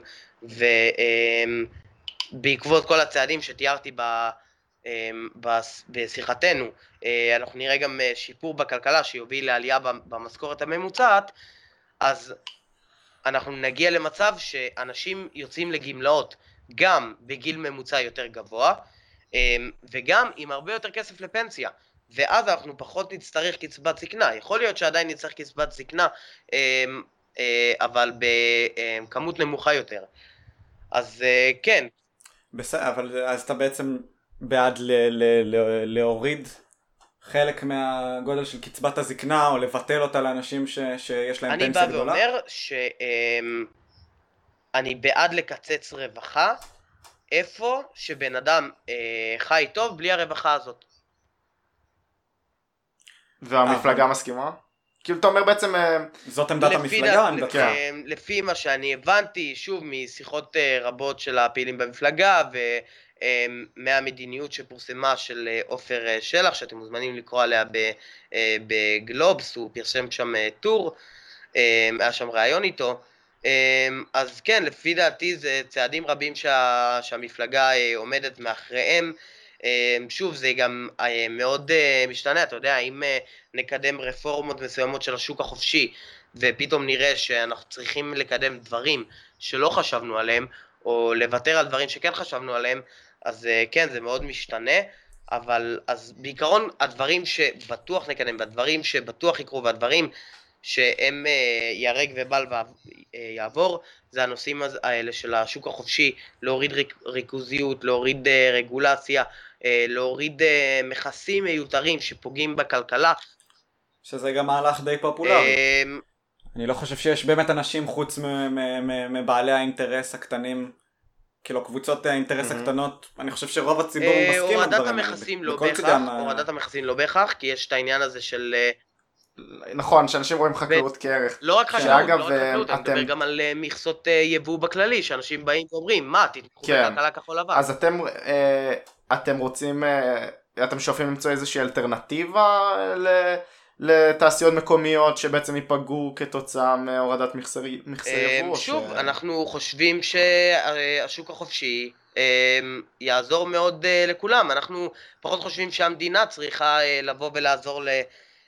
ובעקבות כל הצעדים שתיארתי ב, אה, בס- בשיחתנו אה, אנחנו נראה גם אה, שיפור בכלכלה שיוביל לעלייה במשכורת הממוצעת, אז אנחנו נגיע למצב שאנשים יוצאים לגמלאות גם בגיל ממוצע יותר גבוה וגם עם הרבה יותר כסף לפנסיה, ואז אנחנו פחות נצטרך קצבת זקנה. יכול להיות שעדיין נצטרך קצבת זקנה אבל בכמות נמוכה יותר. אז כן. בסדר, אבל אז אתה בעצם בעד ל- ל- ל- להוריד חלק מהגודל של קצבת הזקנה, או לבטל אותה לאנשים ש- שיש להם פנסיה גדולה? אני בא ואומר שאני בעד לקצץ רווחה איפה שבן אדם אה, חי טוב בלי הרווחה הזאת. והמפלגה אבל- מסכימה? כאילו אתה אומר בעצם... אה, זאת עמדת לפי המפלגה דע- או עמדתך? אה, לפי מה שאני הבנתי, שוב, משיחות אה, רבות של הפעילים במפלגה ומהמדיניות שפורסמה של אה, עופר אה, שלח, שאתם מוזמנים לקרוא עליה ב- אה, בגלובס, הוא פרסם שם אה, טור, אה, היה שם ראיון איתו, אה, אז כן, לפי דעתי זה צעדים רבים שה, שהמפלגה אה, עומדת מאחריהם. אה, שוב, זה גם אה, מאוד אה, משתנה, אתה יודע, אם אה, נקדם רפורמות מסוימות של השוק החופשי ופתאום נראה שאנחנו צריכים לקדם דברים שלא חשבנו עליהם או לוותר על דברים שכן חשבנו עליהם, אז uh, כן, זה מאוד משתנה. אבל אז בעיקרון הדברים שבטוח נקדם והדברים שבטוח יקרו והדברים שהם uh, ירג ובל ויעבור זה הנושאים האלה של השוק החופשי, להוריד ריק, ריכוזיות, להוריד uh, רגולציה, uh, להוריד uh, מכסים מיותרים שפוגעים בכלכלה. שזה גם מהלך די פופולרי. אני לא חושב שיש באמת אנשים חוץ מבעלי האינטרס הקטנים, כאילו קבוצות האינטרס הקטנות, אני חושב שרוב הציבור מסכים לדברים האלה. הורדת המכסים לא בהכרח, הורדת המכסים לא בהכרח, כי יש את העניין הזה של... נכון, שאנשים רואים חקלאות כערך. לא רק חקלאות, לא רק חקלאות, אני מדבר גם על מכסות יבוא בכללי, שאנשים באים ואומרים, מה, תתמכו בכלכלה כחול לבן. אז אתם, אתם רוצים, אתם שואפים למצוא איזושהי אלטרנטיבה לתעשיות מקומיות שבעצם ייפגעו כתוצאה מהורדת מכסי יבוא? שוב, אנחנו חושבים שהשוק החופשי יעזור מאוד לכולם. אנחנו פחות חושבים שהמדינה צריכה לבוא ולעזור ל...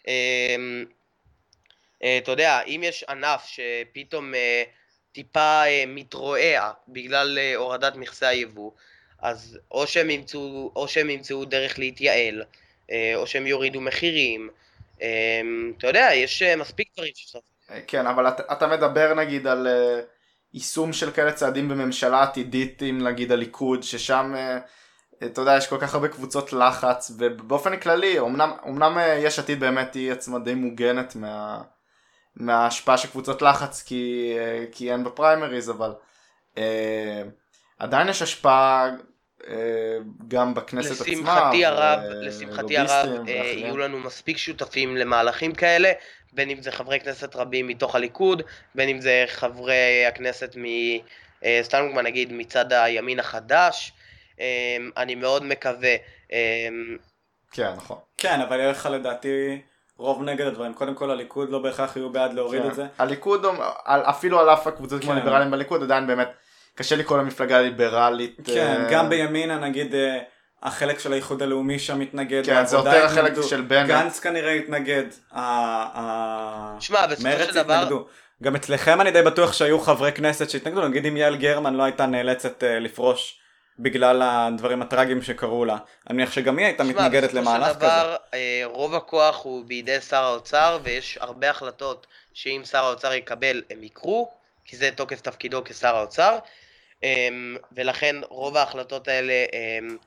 אתה יודע, אם יש ענף שפתאום טיפה מתרועע בגלל הורדת מכסי היבוא, אז או שהם ימצאו, או שהם ימצאו דרך להתייעל, או שהם יורידו מחירים. אתה יודע, יש מספיק דברים שצריך. כן, אבל אתה, אתה מדבר נגיד על uh, יישום של כאלה צעדים בממשלה עתידית עם נגיד הליכוד, ששם uh, אתה יודע, יש כל כך הרבה קבוצות לחץ, ובאופן כללי, אמנם, אמנם uh, יש עתיד באמת היא עצמה די מוגנת מה, מההשפעה של קבוצות לחץ, כי, uh, כי אין בפריימריז, אבל uh, עדיין יש השפעה גם בכנסת עצמה. לשמחתי הרב, לשמחתי הרב, יהיו לנו מספיק שותפים למהלכים כאלה, בין אם זה חברי כנסת רבים מתוך הליכוד, בין אם זה חברי הכנסת מ... סתם כמו נגיד מצד הימין החדש. אני מאוד מקווה. כן, נכון. כן, אבל יהיה לך לדעתי רוב נגד הדברים. קודם כל הליכוד לא בהכרח יהיו בעד להוריד את זה. הליכוד, אפילו על אף הקבוצות כמו ליברלים בליכוד, עדיין באמת קשה לקרוא למפלגה ליברלית. כן, גם בימינה נגיד החלק של האיחוד הלאומי שם מתנגד. כן, זה יותר החלק של בנט. גנץ כנראה התנגד. שמע, בסופו של דבר... גם אצלכם אני די בטוח שהיו חברי כנסת שהתנגדו, נגיד אם יעל גרמן לא הייתה נאלצת לפרוש בגלל הדברים הטרגיים שקרו לה. אני מניח שגם היא הייתה מתנגדת למהלך כזה. בסופו של דבר, רוב הכוח הוא בידי שר האוצר, ויש הרבה החלטות שאם שר האוצר יקבל הם יקרו, כי זה תוקף תפקידו כשר האוצר, ולכן רוב ההחלטות האלה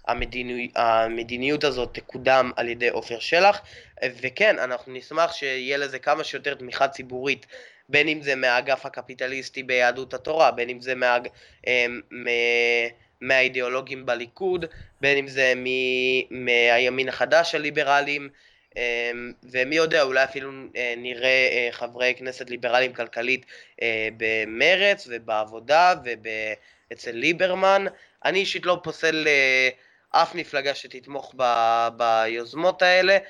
המדיני, המדיניות הזאת תקודם על ידי עופר שלח, וכן, אנחנו נשמח שיהיה לזה כמה שיותר תמיכה ציבורית, בין אם זה מהאגף הקפיטליסטי ביהדות התורה, בין אם זה מה, מה, מהאידיאולוגים בליכוד, בין אם זה מהימין החדש הליברליים, ומי יודע, אולי אפילו נראה חברי כנסת ליברליים כלכלית במרץ ובעבודה ואצל ליברמן. אני אישית לא פוסל אף מפלגה שתתמוך ב, ביוזמות האלה.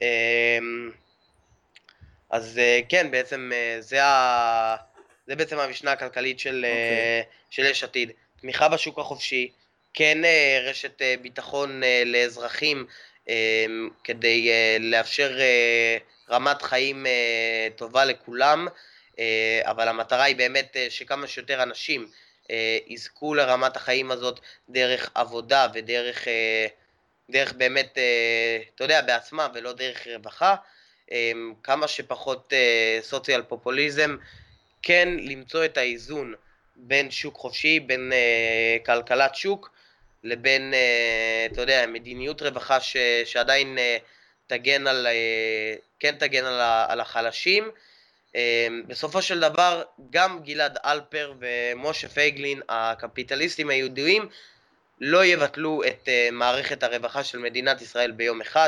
אז כן, בעצם זה, ה, זה בעצם המשנה הכלכלית של, okay. של יש עתיד. תמיכה בשוק החופשי, כן רשת ביטחון לאזרחים, כדי לאפשר רמת חיים טובה לכולם, אבל המטרה היא באמת שכמה שיותר אנשים יזכו לרמת החיים הזאת דרך עבודה ודרך דרך באמת, אתה יודע, בעצמה ולא דרך רווחה, כמה שפחות סוציאל פופוליזם, כן למצוא את האיזון בין שוק חופשי, בין כלכלת שוק, לבין, אתה יודע, מדיניות רווחה ש, שעדיין תגן על, כן תגן על, על החלשים. בסופו של דבר, גם גלעד אלפר ומשה פייגלין, הקפיטליסטים היהודיים, לא יבטלו את מערכת הרווחה של מדינת ישראל ביום אחד.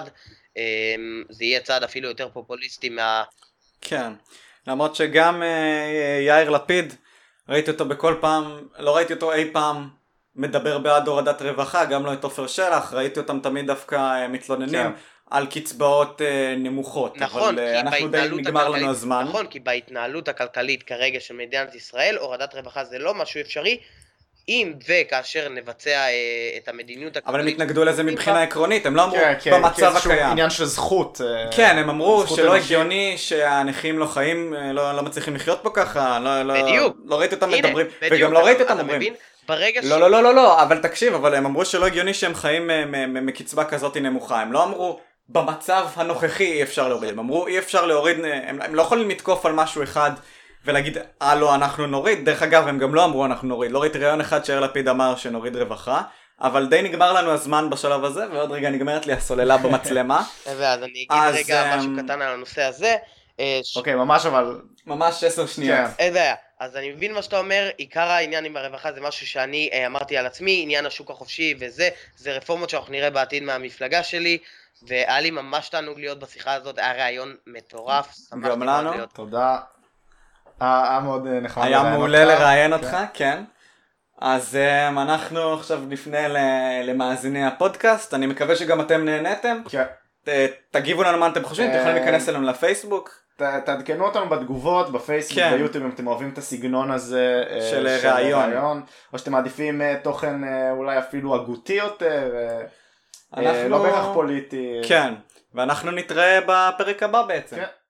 זה יהיה צעד אפילו יותר פופוליסטי מה... כן, למרות שגם יאיר לפיד, ראיתי אותו בכל פעם, לא ראיתי אותו אי פעם מדבר בעד הורדת רווחה, גם לא את עופר שלח, ראיתי אותם תמיד דווקא מתלוננים כן. על קצבאות נמוכות. נכון, אבל אנחנו די נגמר לנו הזמן. נכון, כי בהתנהלות הכלכלית כרגע של מדינת ישראל, הורדת רווחה זה לא משהו אפשרי, אם וכאשר נבצע את המדיניות הכלכלית. אבל הם התנגדו לזה מבחינה עקרונית, הם לא אמרו במצב הקיים. עניין של זכות. כן, הם אמרו שלא הגיוני שהנכים לא חיים, לא מצליחים לחיות פה ככה, לא ראיתי אותם מדברים, וגם לא ראיתי אותם אומרים. לא, לא, לא, לא, לא, אבל תקשיב, אבל הם אמרו שלא הגיוני שהם חיים מקצבה כזאת נמוכה, הם לא אמרו במצב הנוכחי אי אפשר להוריד, הם אמרו אי אפשר להוריד, הם לא יכולים לתקוף על משהו אחד ולהגיד, אה לא, אנחנו נוריד. דרך אגב, הם גם לא אמרו אנחנו נוריד. לא ראיתי רעיון אחד שיאיר לפיד אמר שנוריד רווחה, אבל די נגמר לנו הזמן בשלב הזה, ועוד רגע נגמרת לי הסוללה במצלמה. ואז אני אגיד רגע משהו קטן על הנושא הזה. אוקיי, ממש אבל... ממש עשר שניות. אין בעיה. אז אני מבין מה שאתה אומר, עיקר העניין עם הרווחה זה משהו שאני אמרתי על עצמי, עניין השוק החופשי וזה, זה רפורמות שאנחנו נראה בעתיד מהמפלגה שלי, והיה לי ממש תענוג להיות בשיחה הזאת, היה רעיון מטורף. גם לנו, תודה. היה מאוד נחמד היה מעולה לראיין אותך, כן. אז אנחנו עכשיו נפנה למאזיני הפודקאסט, אני מקווה שגם אתם נהניתם. תגיבו לנו מה אתם חושבים, אתם יכולים להיכנס אלינו לפייסבוק. תעדכנו אותנו בתגובות, בפייסבוק, ביוטיוב, אם אתם אוהבים את הסגנון הזה של רעיון, או שאתם מעדיפים תוכן אולי אפילו הגותי יותר, לא בהכרח פוליטי. כן, ואנחנו נתראה בפרק הבא בעצם.